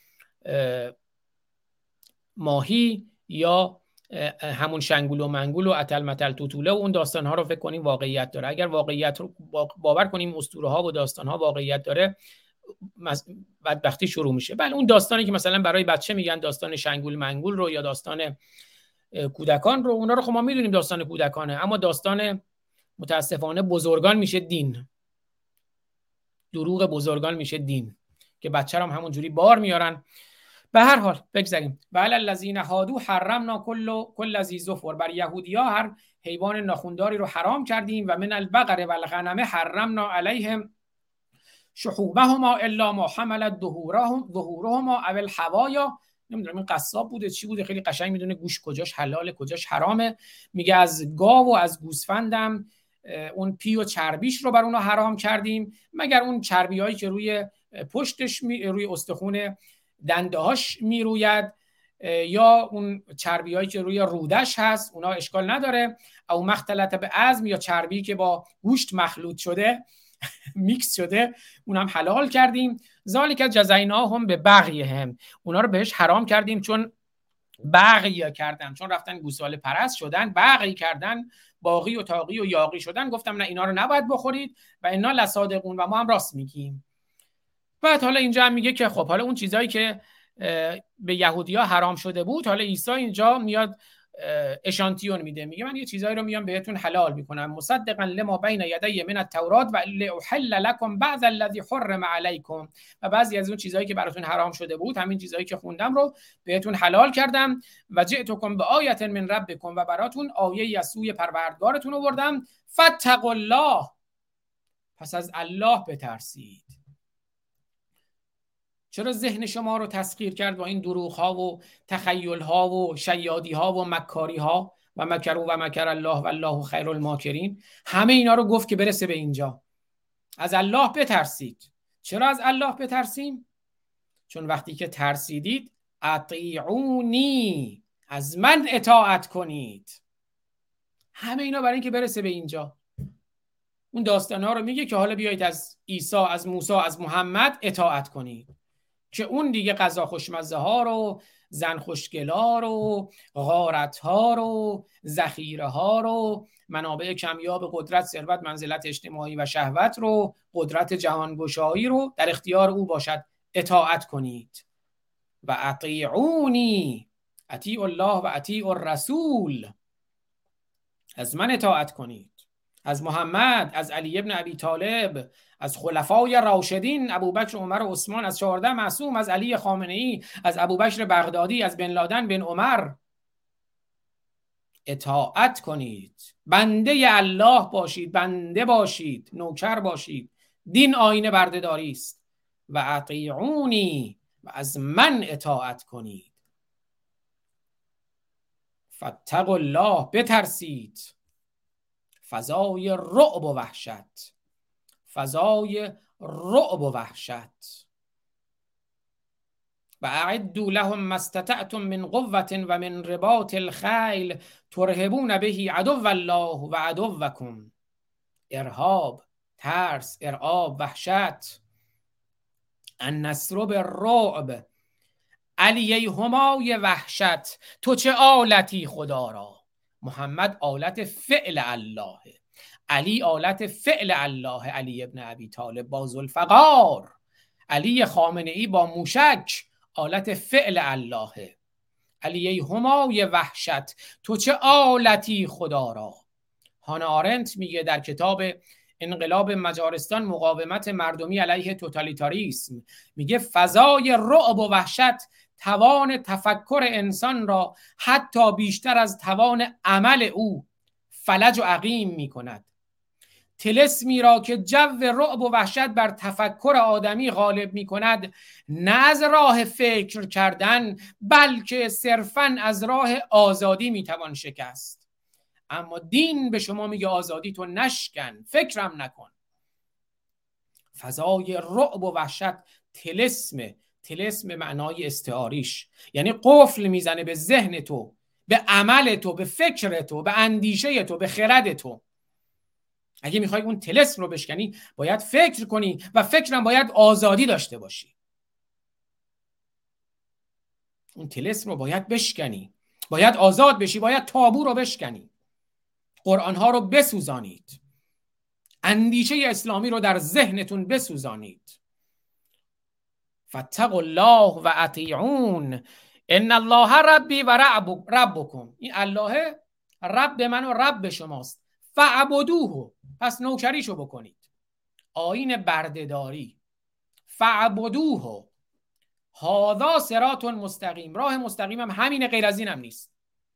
ماهی، یا همون شنگول و منگول و اتل متل توتوله و اون داستان ها رو فکر کنیم واقعیت داره. اگر واقعیت رو باور کنیم اسطوره ها و داستان ها واقعیت داره، بدبختی شروع میشه. بله اون داستانی که مثلا برای بچه میگن داستان شنگول منگول رو، یا داستان کودکان رو، اونا رو خب ما میدونیم داستان کودکانه، اما داستان متاسفانه بزرگان میشه دین، دروغ بزرگان میشه دین، که بچه رو هم همون جوری بار میارن. به هر حال بگذاریم. وعلی الذین هادو حرمنا کل کل ذی ظفر، بر یهودیا هر حیوان ناخونداری رو حرام کردیم. و من البقر والغنم حرمنا علیهم شحومهما الا ما حملت ظهورهم ظهورهما او الحوایا. نمیدونم این قصاب بوده چی بوده، خیلی قشنگ میدونه گوش کجاش حلاله کجاش حرامه. میگه از گاو و از گوسفندم اون پی و چربیش رو بر اونها حرام کردیم، مگر اون چربیایی که روی پشتش می، روی استخون دنده‌هاش میروید، یا اون چربیایی که روی رودش هست، اونا اشکال نداره. او مختلط به عظم، یا چربی که با گوشت مخلوط شده میکس شده، اونم حلال کردیم. ذالک جزیناهم به بغیهم، اونا رو بهش حرام کردیم چون بغی کردن، چون رفتن گوساله پرست شدن، بغی کردن، باغی و تاقی و یاغی شدن. گفتم نه اینا رو نباید بخورید و اینا لصادقون، و ما هم راست میگیم. بعد حالا اینجا هم میگه که خب حالا اون چیزایی که به یهودی‌ها حرام شده بود، حالا عیسی اینجا میاد اشانتیون میده، میگه من یه چیزایی رو میام بهتون حلال میکنم. مصدقا لما بین یدی من التورات و لاحل لكم بعض الذی حرم علیکم، و بعضی از اون چیزایی که براتون حرام شده بود، همین چیزایی که خوندم رو بهتون حلال کردم. و جئتکم بآیه من ربکم، و براتون آیه‌ای از سوی پروردگارتون آوردم. فاتقوا الله، پس از الله بترسید. چرا ذهن شما رو تسخیر کرد با این دروغ ها و تخیل ها و شیادی ها و مکاری ها؟ و مکروا و مکر الله و الله خیر الماکرین. همه اینا رو گفت که برسه به اینجا. از الله بترسید. چرا از الله بترسیم؟ چون وقتی که ترسیدید اطیعونی، از من اطاعت کنید. همه اینا برای اینکه برسه به اینجا. اون داستانا رو میگه که حالا بیایید از عیسی، از موسی، از محمد اطاعت کنید، که اون دیگه غذا خوشمزه ها رو، زن خوشگلا رو، غارت ها رو، ذخیره ها رو، منابع کمیاب قدرت، ثروت، منزلت اجتماعی و شهوت رو، قدرت جهانگشایی رو در اختیار او باشد. اطاعت کنید. و اطیعونی، اطیع الله و اطیع الرسول، از من اطاعت کنید. از محمد، از علی ابن ابی طالب، از خلفای راشدین ابوبکر، عمر و عثمان، از چهارده معصوم، از علی خامنه‌ای، از ابوبکر بغدادی، از بن لادن بن عمر اطاعت کنید. بنده الله باشید، بنده باشید، نوکر باشید. دین آیین بردهداری است. و اطیعونی، و از من اطاعت کنید. فاتقوا الله، بترسید. فضای رعب و وحشت، فضای رعب و وحشت. و اعدوا لهم ما استطعتم من قوة و من رباط الخیل ترهبون به عدو الله و عدوکم. ارهاب، ترس، ارعاب، وحشت. النصر بالرعب. علی ای همای وحشت، تو چه آلتی خدا را؟ محمد آلت فعل الله، علی آلت فعل الله. علی ابن ابی طالب با ذوالفقار، علی خامنه ای با موشک آلت فعل الله. علی ای همای وحشت، تو چه آلتی خدا را؟ هانا آرنت میگه در کتاب انقلاب مجارستان، مقاومت مردمی علیه توتالیتاریسم، میگه فضای رعب و وحشت توان تفکر انسان را حتی بیشتر از توان عمل او فلج و عقیم می کند. طلسمی را که جو رعب و وحشت بر تفکر آدمی غالب می کند، نه از راه فکر کردن بلکه صرفاً از راه آزادی می توان شکست. اما دین به شما میگه آزادی تو نشکن، فکرم نکن. فضای رعب و وحشت طلسمه. طلسم معنای استعاریش، یعنی قفل میزنه به ذهن تو، به عمل تو، به فکر تو، به اندیشه تو، به خرد تو. اگه میخوای اون طلسم رو بشکنی باید فکر کنی و فکرم باید آزادی داشته باشی. اون طلسم رو باید بشکنی، باید آزاد بشی، باید تابو رو بشکنی، قرآن ها رو بسوزانید، اندیشه اسلامی رو در ذهنتون بسوزانید. فاتقوا الله و اطیعون ان الله ربی و رب ربکم. این الله رب من و رب شماست. فعبدوه، پس نوکریشو بکنید. آیین بردهداری. فعبدوه هذا صراط مستقیم. راه مستقیم هم همینه، غیر از این هم نیست.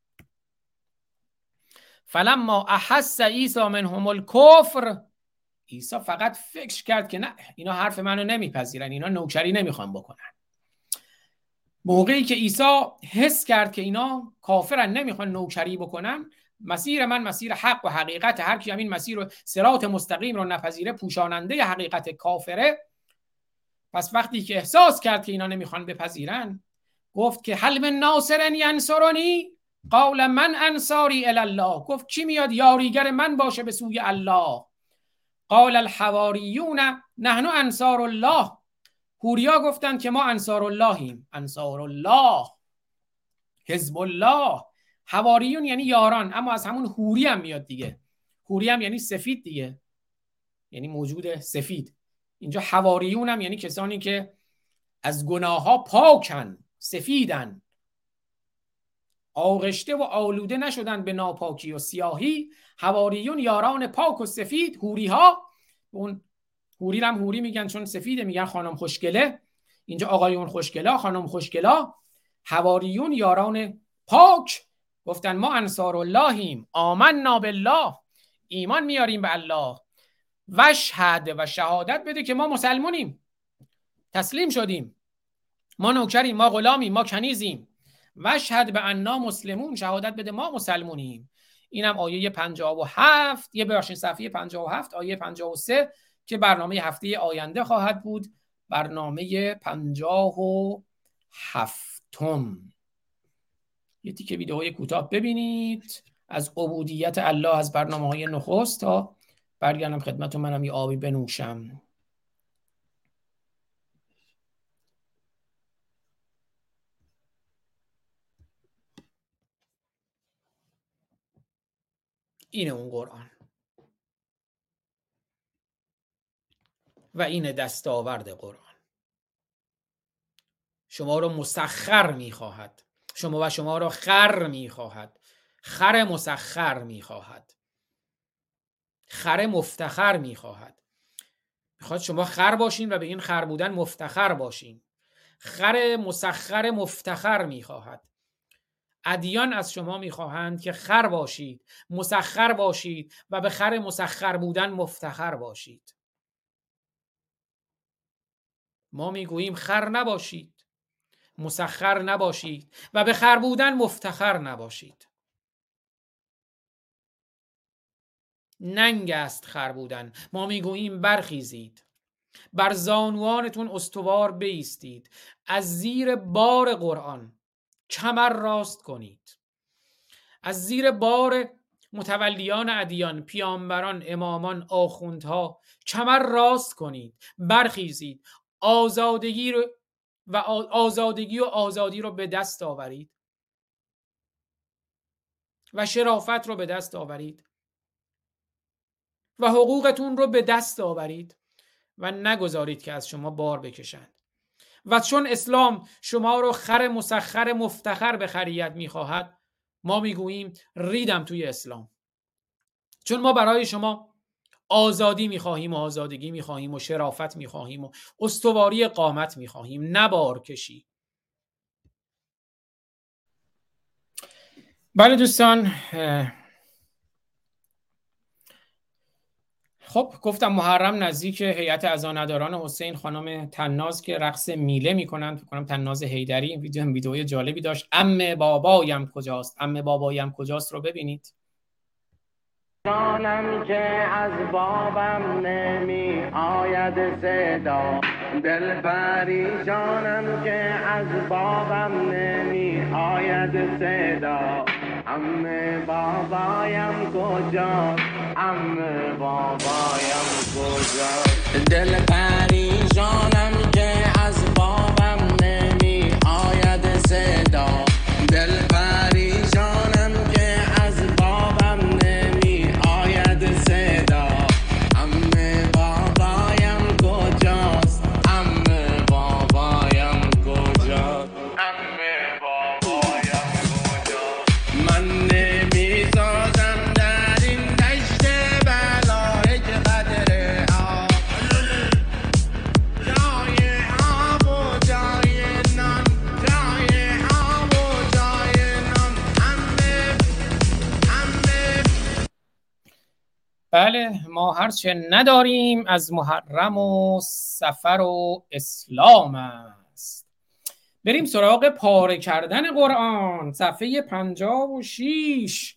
فلما احس عیسی منهم الکفر، عیسی فقط فکر کرد که نه، اینا حرف منو نمیپذیرن، اینا نوکری نمیخوان بکنن. موقعی که عیسی حس کرد که اینا کافرن، نمیخوان نوکری بکنن، مسیر من مسیر حق و حقیقت، هر کی همین مسیر رو، صراط مستقیم رو نپذیره، پوشاننده حقیقت کافره. پس وقتی که احساس کرد که اینا نمیخوان بپذیرن، گفت که هل من ناصر ینصرنی؟ قال من انصاری الی الله. گفت کی میاد یاریگر من باشه به سوی الله؟ قال الحواریون نحن انصار الله. حوریا گفتند که ما انصار اللهیم. انصار الله، حزب الله. حواریون یعنی یاران، اما از همون حوری هم میاد دیگه. حوری هم یعنی سفید دیگه، یعنی موجود سفید. اینجا حواریون هم یعنی کسانی که از گناه ها پاکن، سفیدن، آغشته و آلوده نشدن به ناپاکی و سیاهی. حواریون یاران پاک و سفید. حوری ها، اون حوری هم حوری میگن چون سفیده، میگن خانم خوشگله. اینجا آقایون خوشگلا، خانم خوشگلا. حواریون یاران پاک گفتن ما انصار اللهیم، آمنا بالله، ایمان میاریم به الله، وشهد و شهادت بده که ما مسلمونیم، تسلیم شدیم، ما نوکریم، ما غلامیم، ما کنیزیم. واشهد به انا مسلمون، شهادت بده ما مسلمونیم. اینم آیه پنجاه و هفت، یه ببخشید صفحه پنجاه و هفت آیه پنجاه و سه که برنامه هفته آینده خواهد بود، برنامه پنجاه و هفتم. یه تیکه ویدئوی کوتاه ببینید از عبودیت الله از برنامه‌های نخست تا برگردم خدمتتون. منم یه آبی بنوشم. اینه اون قرآن و اینه دستاورد قرآن. شما رو مسخر میخواهد، شما و شما رو خر میخواهد، خر مسخر میخواهد، خر مفتخر میخواهد. میخواد شما خر باشین و به این خر بودن مفتخر باشین. خر مسخر مفتخر میخواهد. ادیان از شما میخواهند که خر باشید، مسخر باشید و به خر مسخر بودن مفتخر باشید. ما میگوییم خر نباشید، مسخر نباشید و به خر بودن مفتخر نباشید. ننگ است خر بودن. ما میگوییم برخیزید، بر زانوانتون استوار بایستید، از زیر بار قرآن کمر راست کنید، از زیر بار متولیان ادیان، پیامبران، امامان، آخوندها کمر راست کنید، برخیزید، آزادگی رو و آزادگی و آزادی رو به دست آورید و شرافت رو به دست آورید و حقوقتون رو به دست آورید و نگذارید که از شما بار بکشند. و چون اسلام شما رو خر مسخر مفتخر به خریت میخواهد، ما میگوییم ریدم توی اسلام. چون ما برای شما آزادی میخواهیم و آزادگی میخواهیم و شرافت میخواهیم و استواری قامت میخواهیم، نه بار کشی. بله دوستان، خب گفتم محرم نزدیک هیئت عزاداران حسین خانم طناز که رقص میله میکنن، فکر کنم طناز حیدری. این ویدیو هم ویدیوی جالبی داشت. عمه بابایم کجاست، عمه بابایم کجاست رو ببینید. جانم که از بابم نمی آید صدا، دل پریشانم که از بابم نمی آید صدا. عمه بابایم کجاست، عمه بابایم کجاست، دل پریشانم که از بابم نمی آید صدا، دل پریشانم که از بابم نمی آید صدا. عمه بابایم کجاست، عمه بابایم کجاست، عمه بابایم کجاست. من نمی سازم در این دشت بلای که قدره ها، جای آب و جای نان، جای آب و جای نان. عمه عمه بله، ما هرچه نداریم از محرم و سفر و اسلام است. بریم سراغ پاره کردن قرآن، صفحه پنجاه و شش.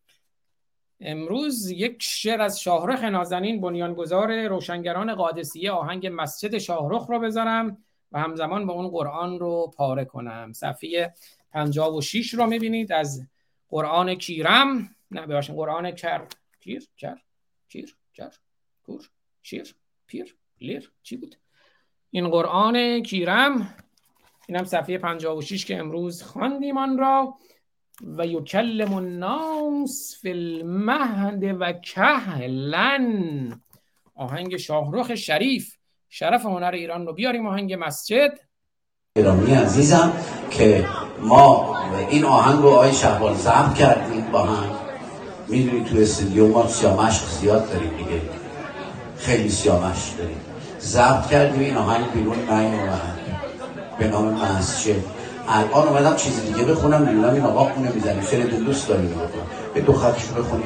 امروز یک شعر از شاهرخ نازنین، بنیانگذار روشنگران قادسیه، آهنگ مسجد شاهرخ رو بذارم و همزمان با اون قرآن رو پاره کنم. صفحه پنجاه و شش رو میبینید از قرآن کیرم، نه ببخشید قرآن کر کیر کر کیر کر کور شیر پیر لیر چی بود این قرآن کیرم. اینم صفحه پنجاه و شش که امروز خواندیم آن را. و یکلم الناس فی المهد و کهلا، آهنگ شاهرخ شریف، شرف هنر ایران رو بیاریم آهنگ مسجد. ایرانی عزیزم که ما این آهنگ رو آقای شهبال ضبط کردیم با هم. میدونی تو استودیو ما سیامشق زیاد داریم دیگه، خیلی سیامشق داریم. ضبط کردیم این آهنگ بیرون نیومد به نام مسجد. الان اومدم چیز دیگه بخونم، میدونم این آقا خونه میزنه. شعرتون دوست داریم بخونم، به دو خطشو بخونیم.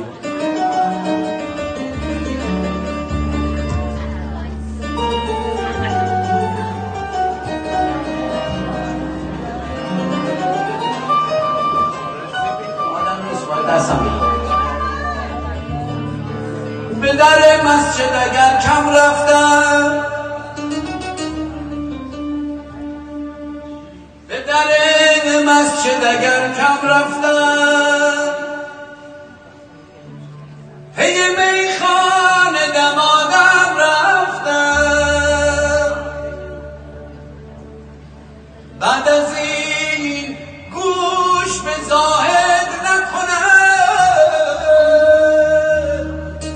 به در مسجد اگر کم رفتم، به در مسجد اگر کم رفتم، پی میخانه دمادم رفتم. بعد از این گوش به زاهد نکنم،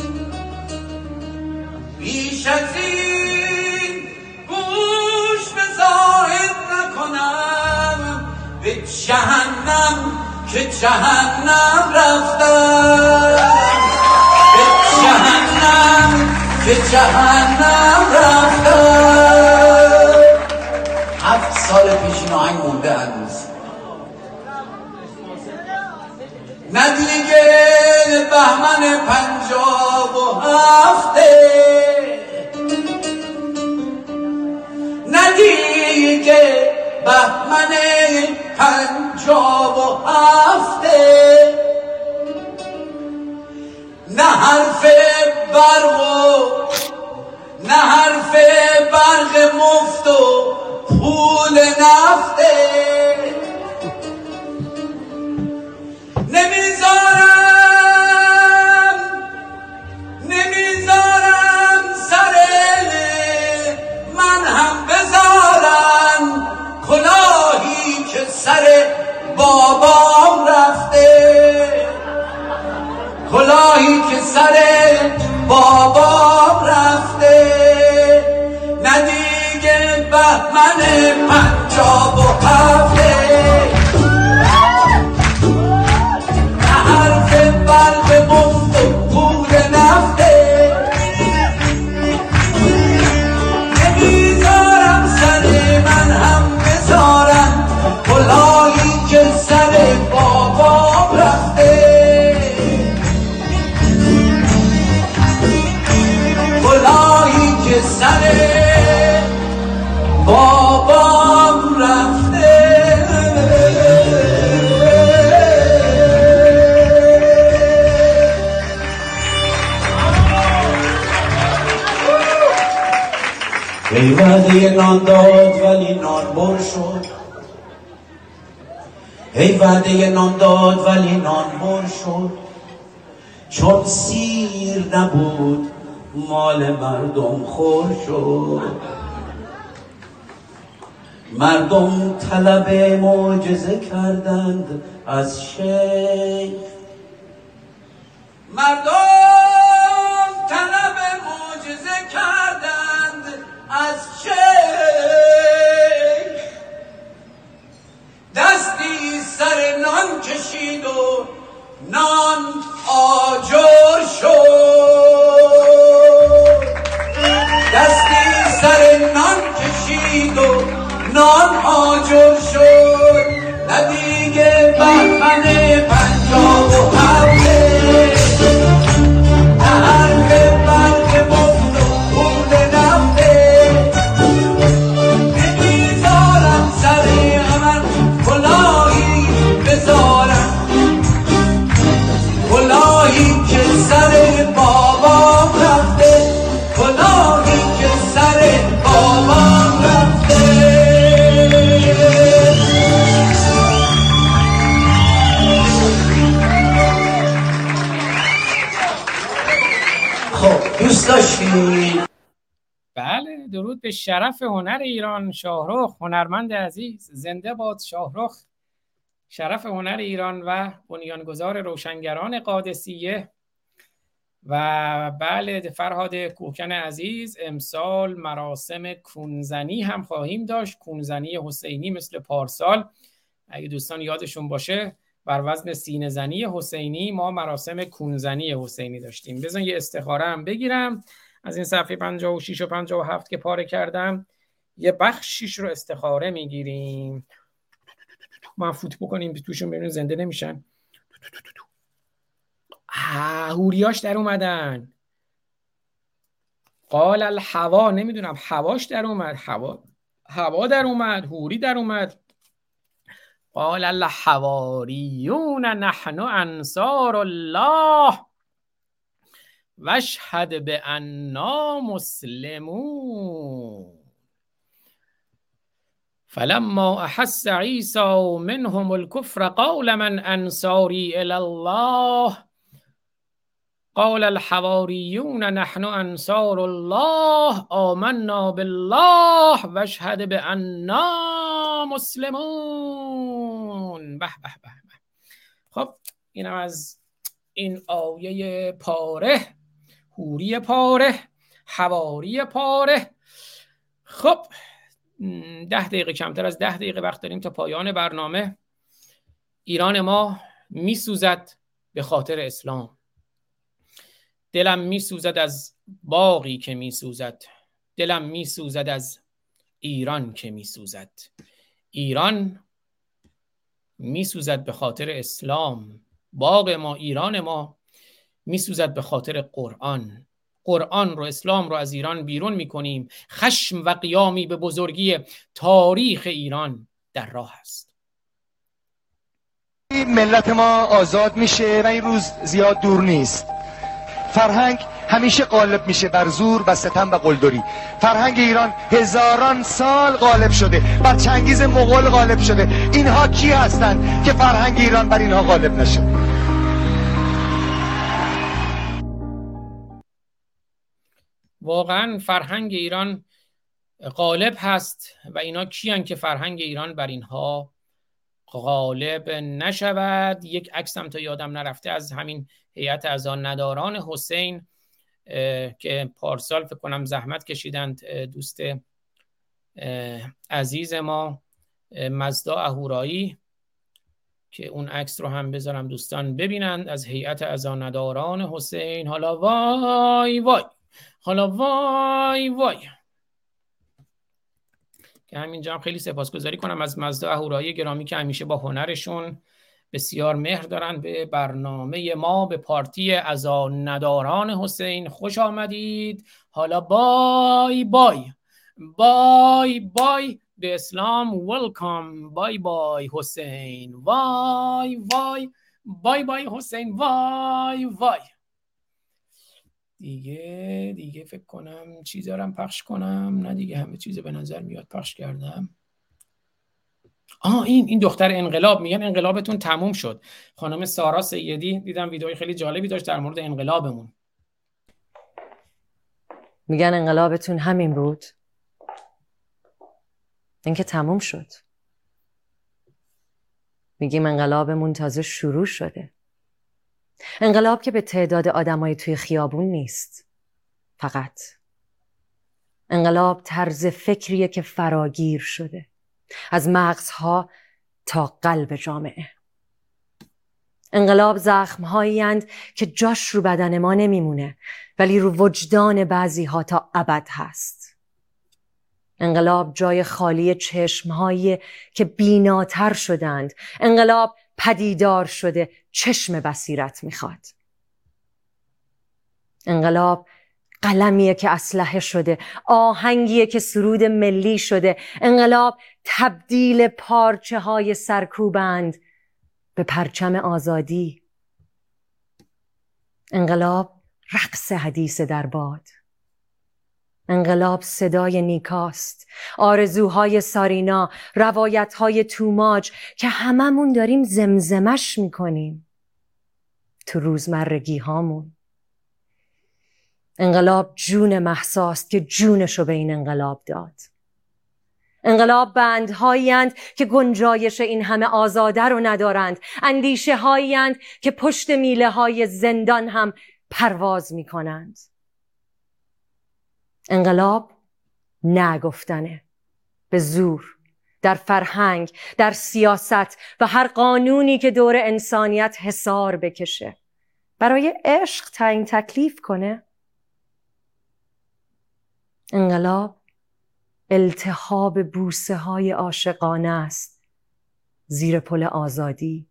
بیش از این گوش به زاهد نکنم. به جهنم که جهنم رفتم، به جهنم که جهنم رفتم. هفت سال پیش این آهنگ مونده هنوز. نه دیگه بهمن پنجاب و هفته، نه دیگه بهمن پنجاب و هفته، نه حرف برق و نه حرف برق مفت و پول نفته. نمیذارم نمیذارم سر من هم بذارن کلاهی که سر بابام رفته، کلاهی که سر بابام رفته. نه دیگه بهمن پنجاب و هفته، نه حرف برق مفت و پول نفته. نمیذارم سر من هم بذارن کلاهی که سر بابام رفته، کلاهی که سر بابام رفته. ای وعده نان داد ولی نان بر شد، ای وعده نان داد ولی نان بر شد. چون سیر نبود مال مردم خور شد. مردم طلب معجزه کردند از شیخ، مردم طلب معجزه کردند از شیخ. دستی سر نان کشید و نان آجر شد، دستی سر نان کشید و نان آجر شد. نه دیگه بهمن پنجاب و هفته، نه حرف برق مفت و پول نفته. نمیذارم سر من کلاهی بذارم، کلاهی که سر بابام رفته، کلاهی که سر بابام رفته. خب دوست داشتید؟ بله، درود به شرف هنر ایران. شاهرخ، هنرمند عزیز، زنده باد شاهرخ، شرف هنر ایران و بنیانگذار روشنگران قادسیه. و بله فرهاد کوکن عزیز، امسال مراسم کونزنی هم خواهیم داشت، کونزنی حسینی مثل پارسال. اگه دوستان یادشون باشه بر وزن سینه زنی حسینی ما مراسم کونزنی حسینی داشتیم. بذار یه استخاره هم بگیرم از این صفحه پنجاه و شش و پنجاه و هفت که پاره کردم، یه بخشیش رو استخاره میگیریم. ما فوت بکنیم توشون ببینیم زنده نمیشن. هوریاش در اومدن. قال الهوا، نمیدونم هواش در اومد، هوا هوا در اومد، هوری در اومد. قال الحواریون نحن انصار الله واشهد بأننا مسلمون. فلما احس عیسی منهم الكفر قال من انصاری الی الله قال الحواریون نحن انصار الله آمنا بالله واشهد بأننا مسلمون. به به به. خب اینم از این آیه پاره، حوری پاره، حواری پاره. خب ده دقیقه، کمتر از ده دقیقه وقت داریم تا پایان برنامه. ایران ما میسوزد به خاطر اسلام. دلم میسوزد از باغی که میسوزد، دلم میسوزد از ایران که میسوزد. ایران میسوزد به خاطر اسلام. باغ ما، ایران ما میسوزد به خاطر قرآن. قرآن رو، اسلام رو از ایران بیرون میکنیم. خشم و قیامی به بزرگی تاریخ ایران در راه است. ملت ما آزاد میشه و این روز زیاد دور نیست. فرهنگ همیشه غالب میشه بر زور و ستم و قلدری. فرهنگ ایران هزاران سال غالب شده، بر چنگیز مغول غالب شده. اینها کی هستند که فرهنگ ایران بر اینها غالب نشه؟ واقعا فرهنگ ایران غالب هست و اینا کیان که فرهنگ ایران بر اینها غالب نشود؟ یک عکسم تا یادم نرفته از همین هیئت عزاداران حسین که پارسال فکر کنم زحمت کشیدند، دوست عزیز ما مزدا اهورایی، که اون عکس رو هم بذارم دوستان ببینند، از هیئت عزاداران حسین. حالا وای وای، حالا وای وای. که همینجا هم خیلی سپاسگزاری کنم از مزدا اهورایی گرامی که همیشه با هنرشون بسیار مهر دارن به برنامه ما، به پارتی عزاداران حسین. خوش آمدید. حالا بای بای بای بای به اسلام. ولکام. بای بای حسین. وای وای. بای بای حسین. وای وای. دیگه دیگه فکر کنم چیز دارم پخش کنم. نه دیگه همه چیز به نظر میاد پخش کردم. آه این این دختر انقلاب، میگن انقلابتون تموم شد. خانم سارا سیدی، دیدم ویدئوی خیلی جالبی داشت در مورد انقلابمون. میگن انقلابتون همین بود، این که تموم شد. میگیم انقلابمون تازه شروع شده. انقلاب که به تعداد آدمای توی خیابون نیست فقط. انقلاب طرز فکریه که فراگیر شده از مغزها تا قلب جامعه. انقلاب زخم‌هایی اند که جاش رو بدن ما نمیمونه ولی رو وجدان بعضی ها تا ابد هست. انقلاب جای خالی چشم‌هایی که بیناتر شدند. انقلاب پدیدار شده، چشم بصیرت میخواد. انقلاب قلمیه که اسلحه شده، آهنگیه که سرود ملی شده. انقلاب تبدیل پارچه های سرکوبند به پرچم آزادی. انقلاب رقص حدیث در باد. انقلاب صدای نیکاست، آرزوهای سارینا، روایتهای توماج که هممون داریم زمزمش میکنیم تو روزمرگی هامون. انقلاب جون مهساست که جونشو به این انقلاب داد. انقلاب بندهایی اند که گنجایش این همه آزاده رو ندارند. اندیشه هایی اند که پشت میله های زندان هم پرواز میکنند. انقلاب نگفتنه، به زور، در فرهنگ، در سیاست و هر قانونی که دور انسانیت حصار بکشه، برای عشق تعیین تکلیف کنه. انقلاب التهاب بوسه های عاشقانه است زیر پل آزادی.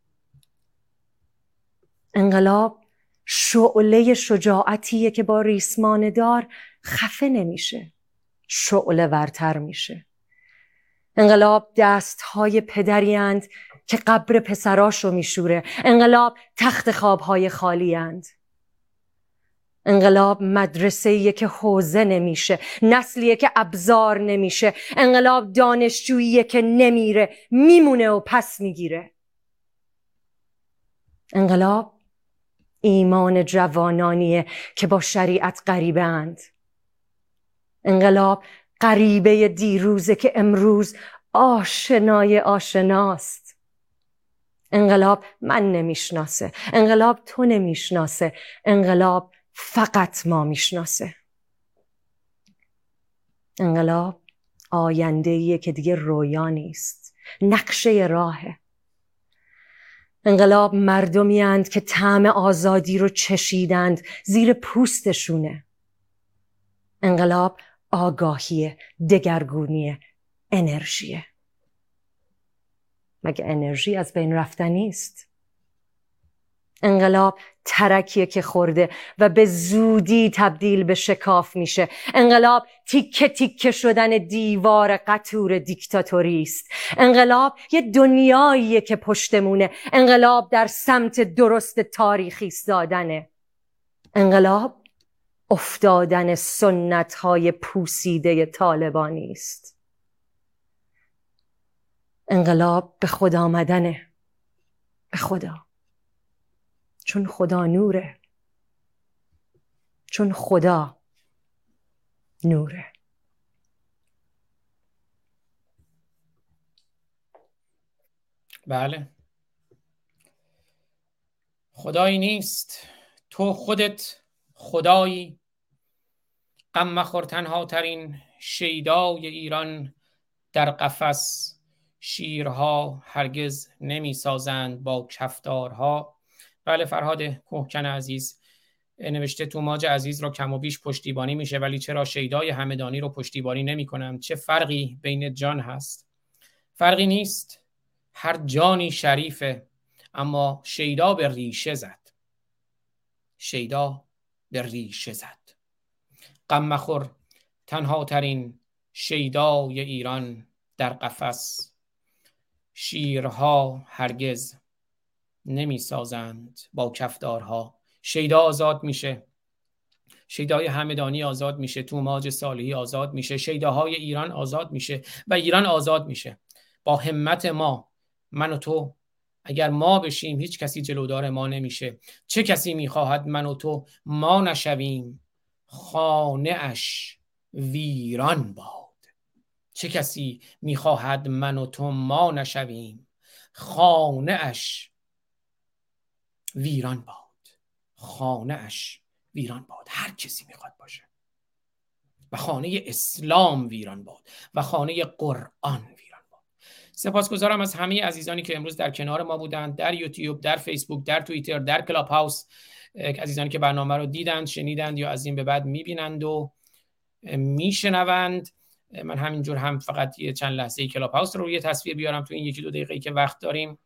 انقلاب شعله شجاعتیه که با ریسمان دار خفه نمیشه، شعله ورتر میشه. انقلاب دست های پدری اند که قبر پسراشو میشوره. انقلاب تخت خواب های خالی اند. انقلاب مدرسه‌ایه که حوزه نمیشه، نسلیه که ابزار نمیشه. انقلاب دانشجوییه که نمیره، میمونه و پس میگیره. انقلاب ایمان جوانانیه که با شریعت غریبه اند. انقلاب غریبه دیروزه که امروز آشنای آشناست. انقلاب من نمیشناسه، انقلاب تو نمیشناسه، انقلاب فقط ما میشناسه. انقلاب آینده‌ایه که دیگه رویا نیست، نقشه راهه. انقلاب مردمی اند که طعم آزادی رو چشیدند، زیر پوستشونه. انقلاب آگاهیه، دگرگونیه، انرژیه. مگه انرژی از بین رفتنی است؟ انقلاب ترکیه که خورده و به زودی تبدیل به شکاف میشه. انقلاب تیکه تیکه شدن دیوار قطور دیکتاتوری است. انقلاب یه دنیاییه که پشتمونه. انقلاب در سمت درست تاریخی ایستادنه. انقلاب افتادن سنت‌های پوسیده طالبانی است. انقلاب به خدا آمدنه، به خدا. چون خدا نوره، چون خدا نوره. بله، خدایی نیست، تو خودت خدایی. غم مخور تنها ترین شیدای ایران در قفس. شیرها هرگز نمی سازند با کفتارها. بله، فرهاد کوهکن عزیز نوشته توماج عزیز رو کم و بیش پشتیبانی میشه، ولی چرا شیدای همدانی رو پشتیبانی نمی کنم؟ چه فرقی بین جان هست؟ فرقی نیست، هر جانی شریفه، اما شیدا به ریشه زد. شیدا به ریشه زد. غم مخور تنها ترین شیدای ایران در قفس. شیرها هرگز نمی سازند با کفتارها. شیدا آزاد میشه، شیدای همدانی آزاد میشه، توماج صالحی آزاد میشه، شیداهای ایران آزاد میشه و ایران آزاد میشه. با همت ما، من و تو، اگر ما بشیم هیچ کسی جلودار ما نمیشه. چه کسی میخواهد من و تو ما نشویم؟ خانه اش ویران باد. چه کسی میخواهد من و تو ما نشویم؟ خانه اش ویران باد. خانه اش ویران باد. هر کسی میخواد باشه. و خانه اسلام ویران باد و خانه قرآن ویران باد. سپاسگزارم از همه عزیزانی که امروز در کنار ما بودند، در یوتیوب، در فیسبوک، در توییتر، در کلاب هاوس. عزیزانی که برنامه رو دیدند، شنیدند یا از این به بعد میبینند و میشنوند. من همینجور هم فقط یه چند لحظه کلاب هاوس رو یه تصویر بیارم تو این یکی دو دقیقه‌ای که وقت داریم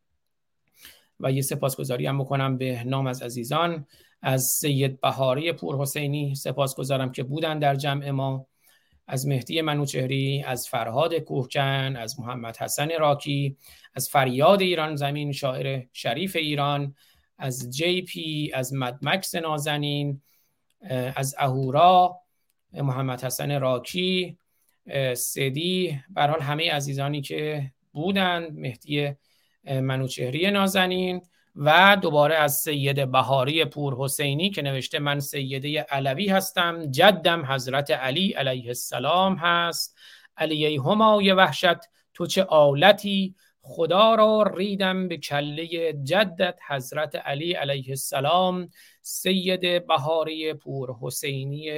و یه سپاسگزاری هم بکنم به نام از عزیزان. از سید بهاری پورحسینی سپاسگزارم که بودن در جمع ما، از مهدی منوچهری، از فرهاد کوهکن، از محمد حسن راکی، از فریاد ایران زمین شاعر شریف ایران، از جی پی، از مدمکس نازنین، از اهورا، محمد حسن راکی، سدی، به هر حال همه عزیزانی که بودند، مهدی منوچهری نازنین و دوباره از سید بهاری پورحسینی که نوشته من سیده علوی هستم، جدم حضرت علی علیه السلام هست. علی ای همای وحشت تو چه آلتی، خدا را ریدم به کله جدت حضرت علی علیه السلام. سید بهاری پورحسینی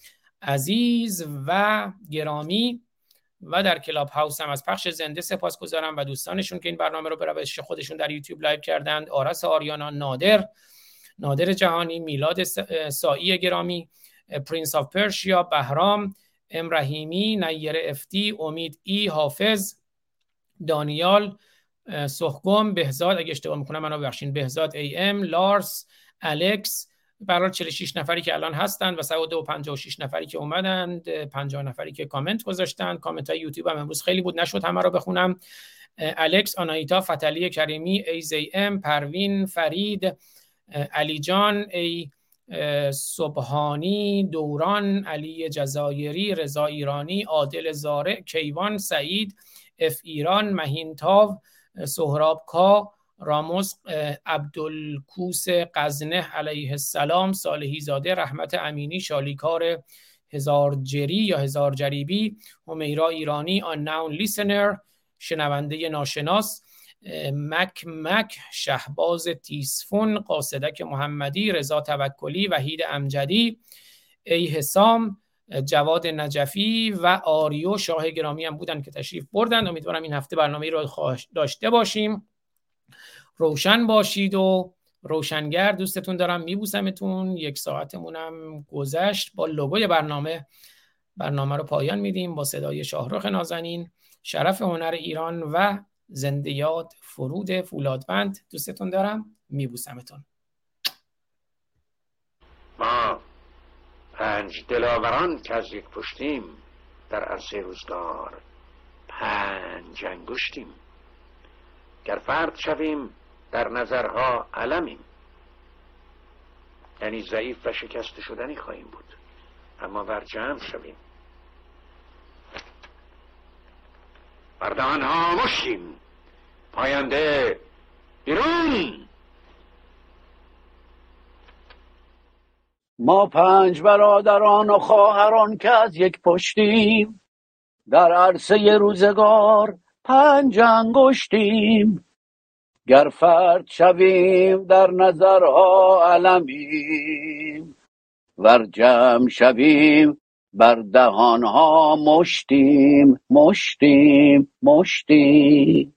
عزیز و گرامی و در کلاب هاوس هم از پخش زنده سپاسگزارم و دوستانشون که این برنامه رو به روش خودشون در یوتیوب لایو کردند. آرس آریانا، نادر نادر جهانی، میلاد سایی گرامی، پرنس آف پرشیا، بهرام، ام رحیمی، نیر افتی، امید ای، حافظ، دانیال، سحگم، بهزاد، اگه اشتباه میکنم منو ببخشید، بهزاد ای ام، لارس، الکس، برای چهل و شش نفری که الان هستند و صد و پنجاه و شش نفری که اومدند، پنجاه نفری که کامنت گذاشتند. کامنت های یوتیوب هم امروز خیلی بود، نشد همه رو بخونم. الکس، آنایتا، فتلی کریمی، ای زی ام، پروین، فرید، علی جان، ای سبحانی، دوران، علی جزایری، رضا ایرانی، عادل زارع، کیوان، سعید، اف ایران، مهینتاو، سهراب کا، راموس، عبدالکوس قزنه علیه السلام، صالحی زاده، رحمت امینی، شالیکار هزار جری یا هزار جریبی، همیرا ایرانی، unknown listener، شنونده ناشناس، مک مک، شهباز تیسفون، قاصدک محمدی، رضا توکلی، وحید امجدی، ای حسام، جواد نجفی و آریو شاه گرامی هم بودن که تشریف بردن. امیدوارم این هفته برنامه رو داشته باشیم. روشن باشید و روشنگر. دوستتون دارم، میبوسمتون. یک ساعتمونم گذشت. با لوگوی برنامه برنامه رو پایان میدیم با صدای شاهرخ نازنین، شرف هنر ایران و زنده یاد فرود فولادوند. دوستتون دارم، میبوسمتون. ما پنج دلاوران که از یک پشتیم، در عرصه روزگار پنج انگشتیم. گر فرد شویم در نظرها علمیم، یعنی ضعیف و شکست شدنی خواهیم بود، اما بر جمع شویم بر دهانها مشتیم. پاینده بیرون. ما پنج برادران و خواهران که از یک پشتیم، در عرصه روزگار پنج انگشتیم. گر فرد شویم در نظرها علمیم، ور جمع شویم بر دهانها مشتیم مشتیم مشتیم.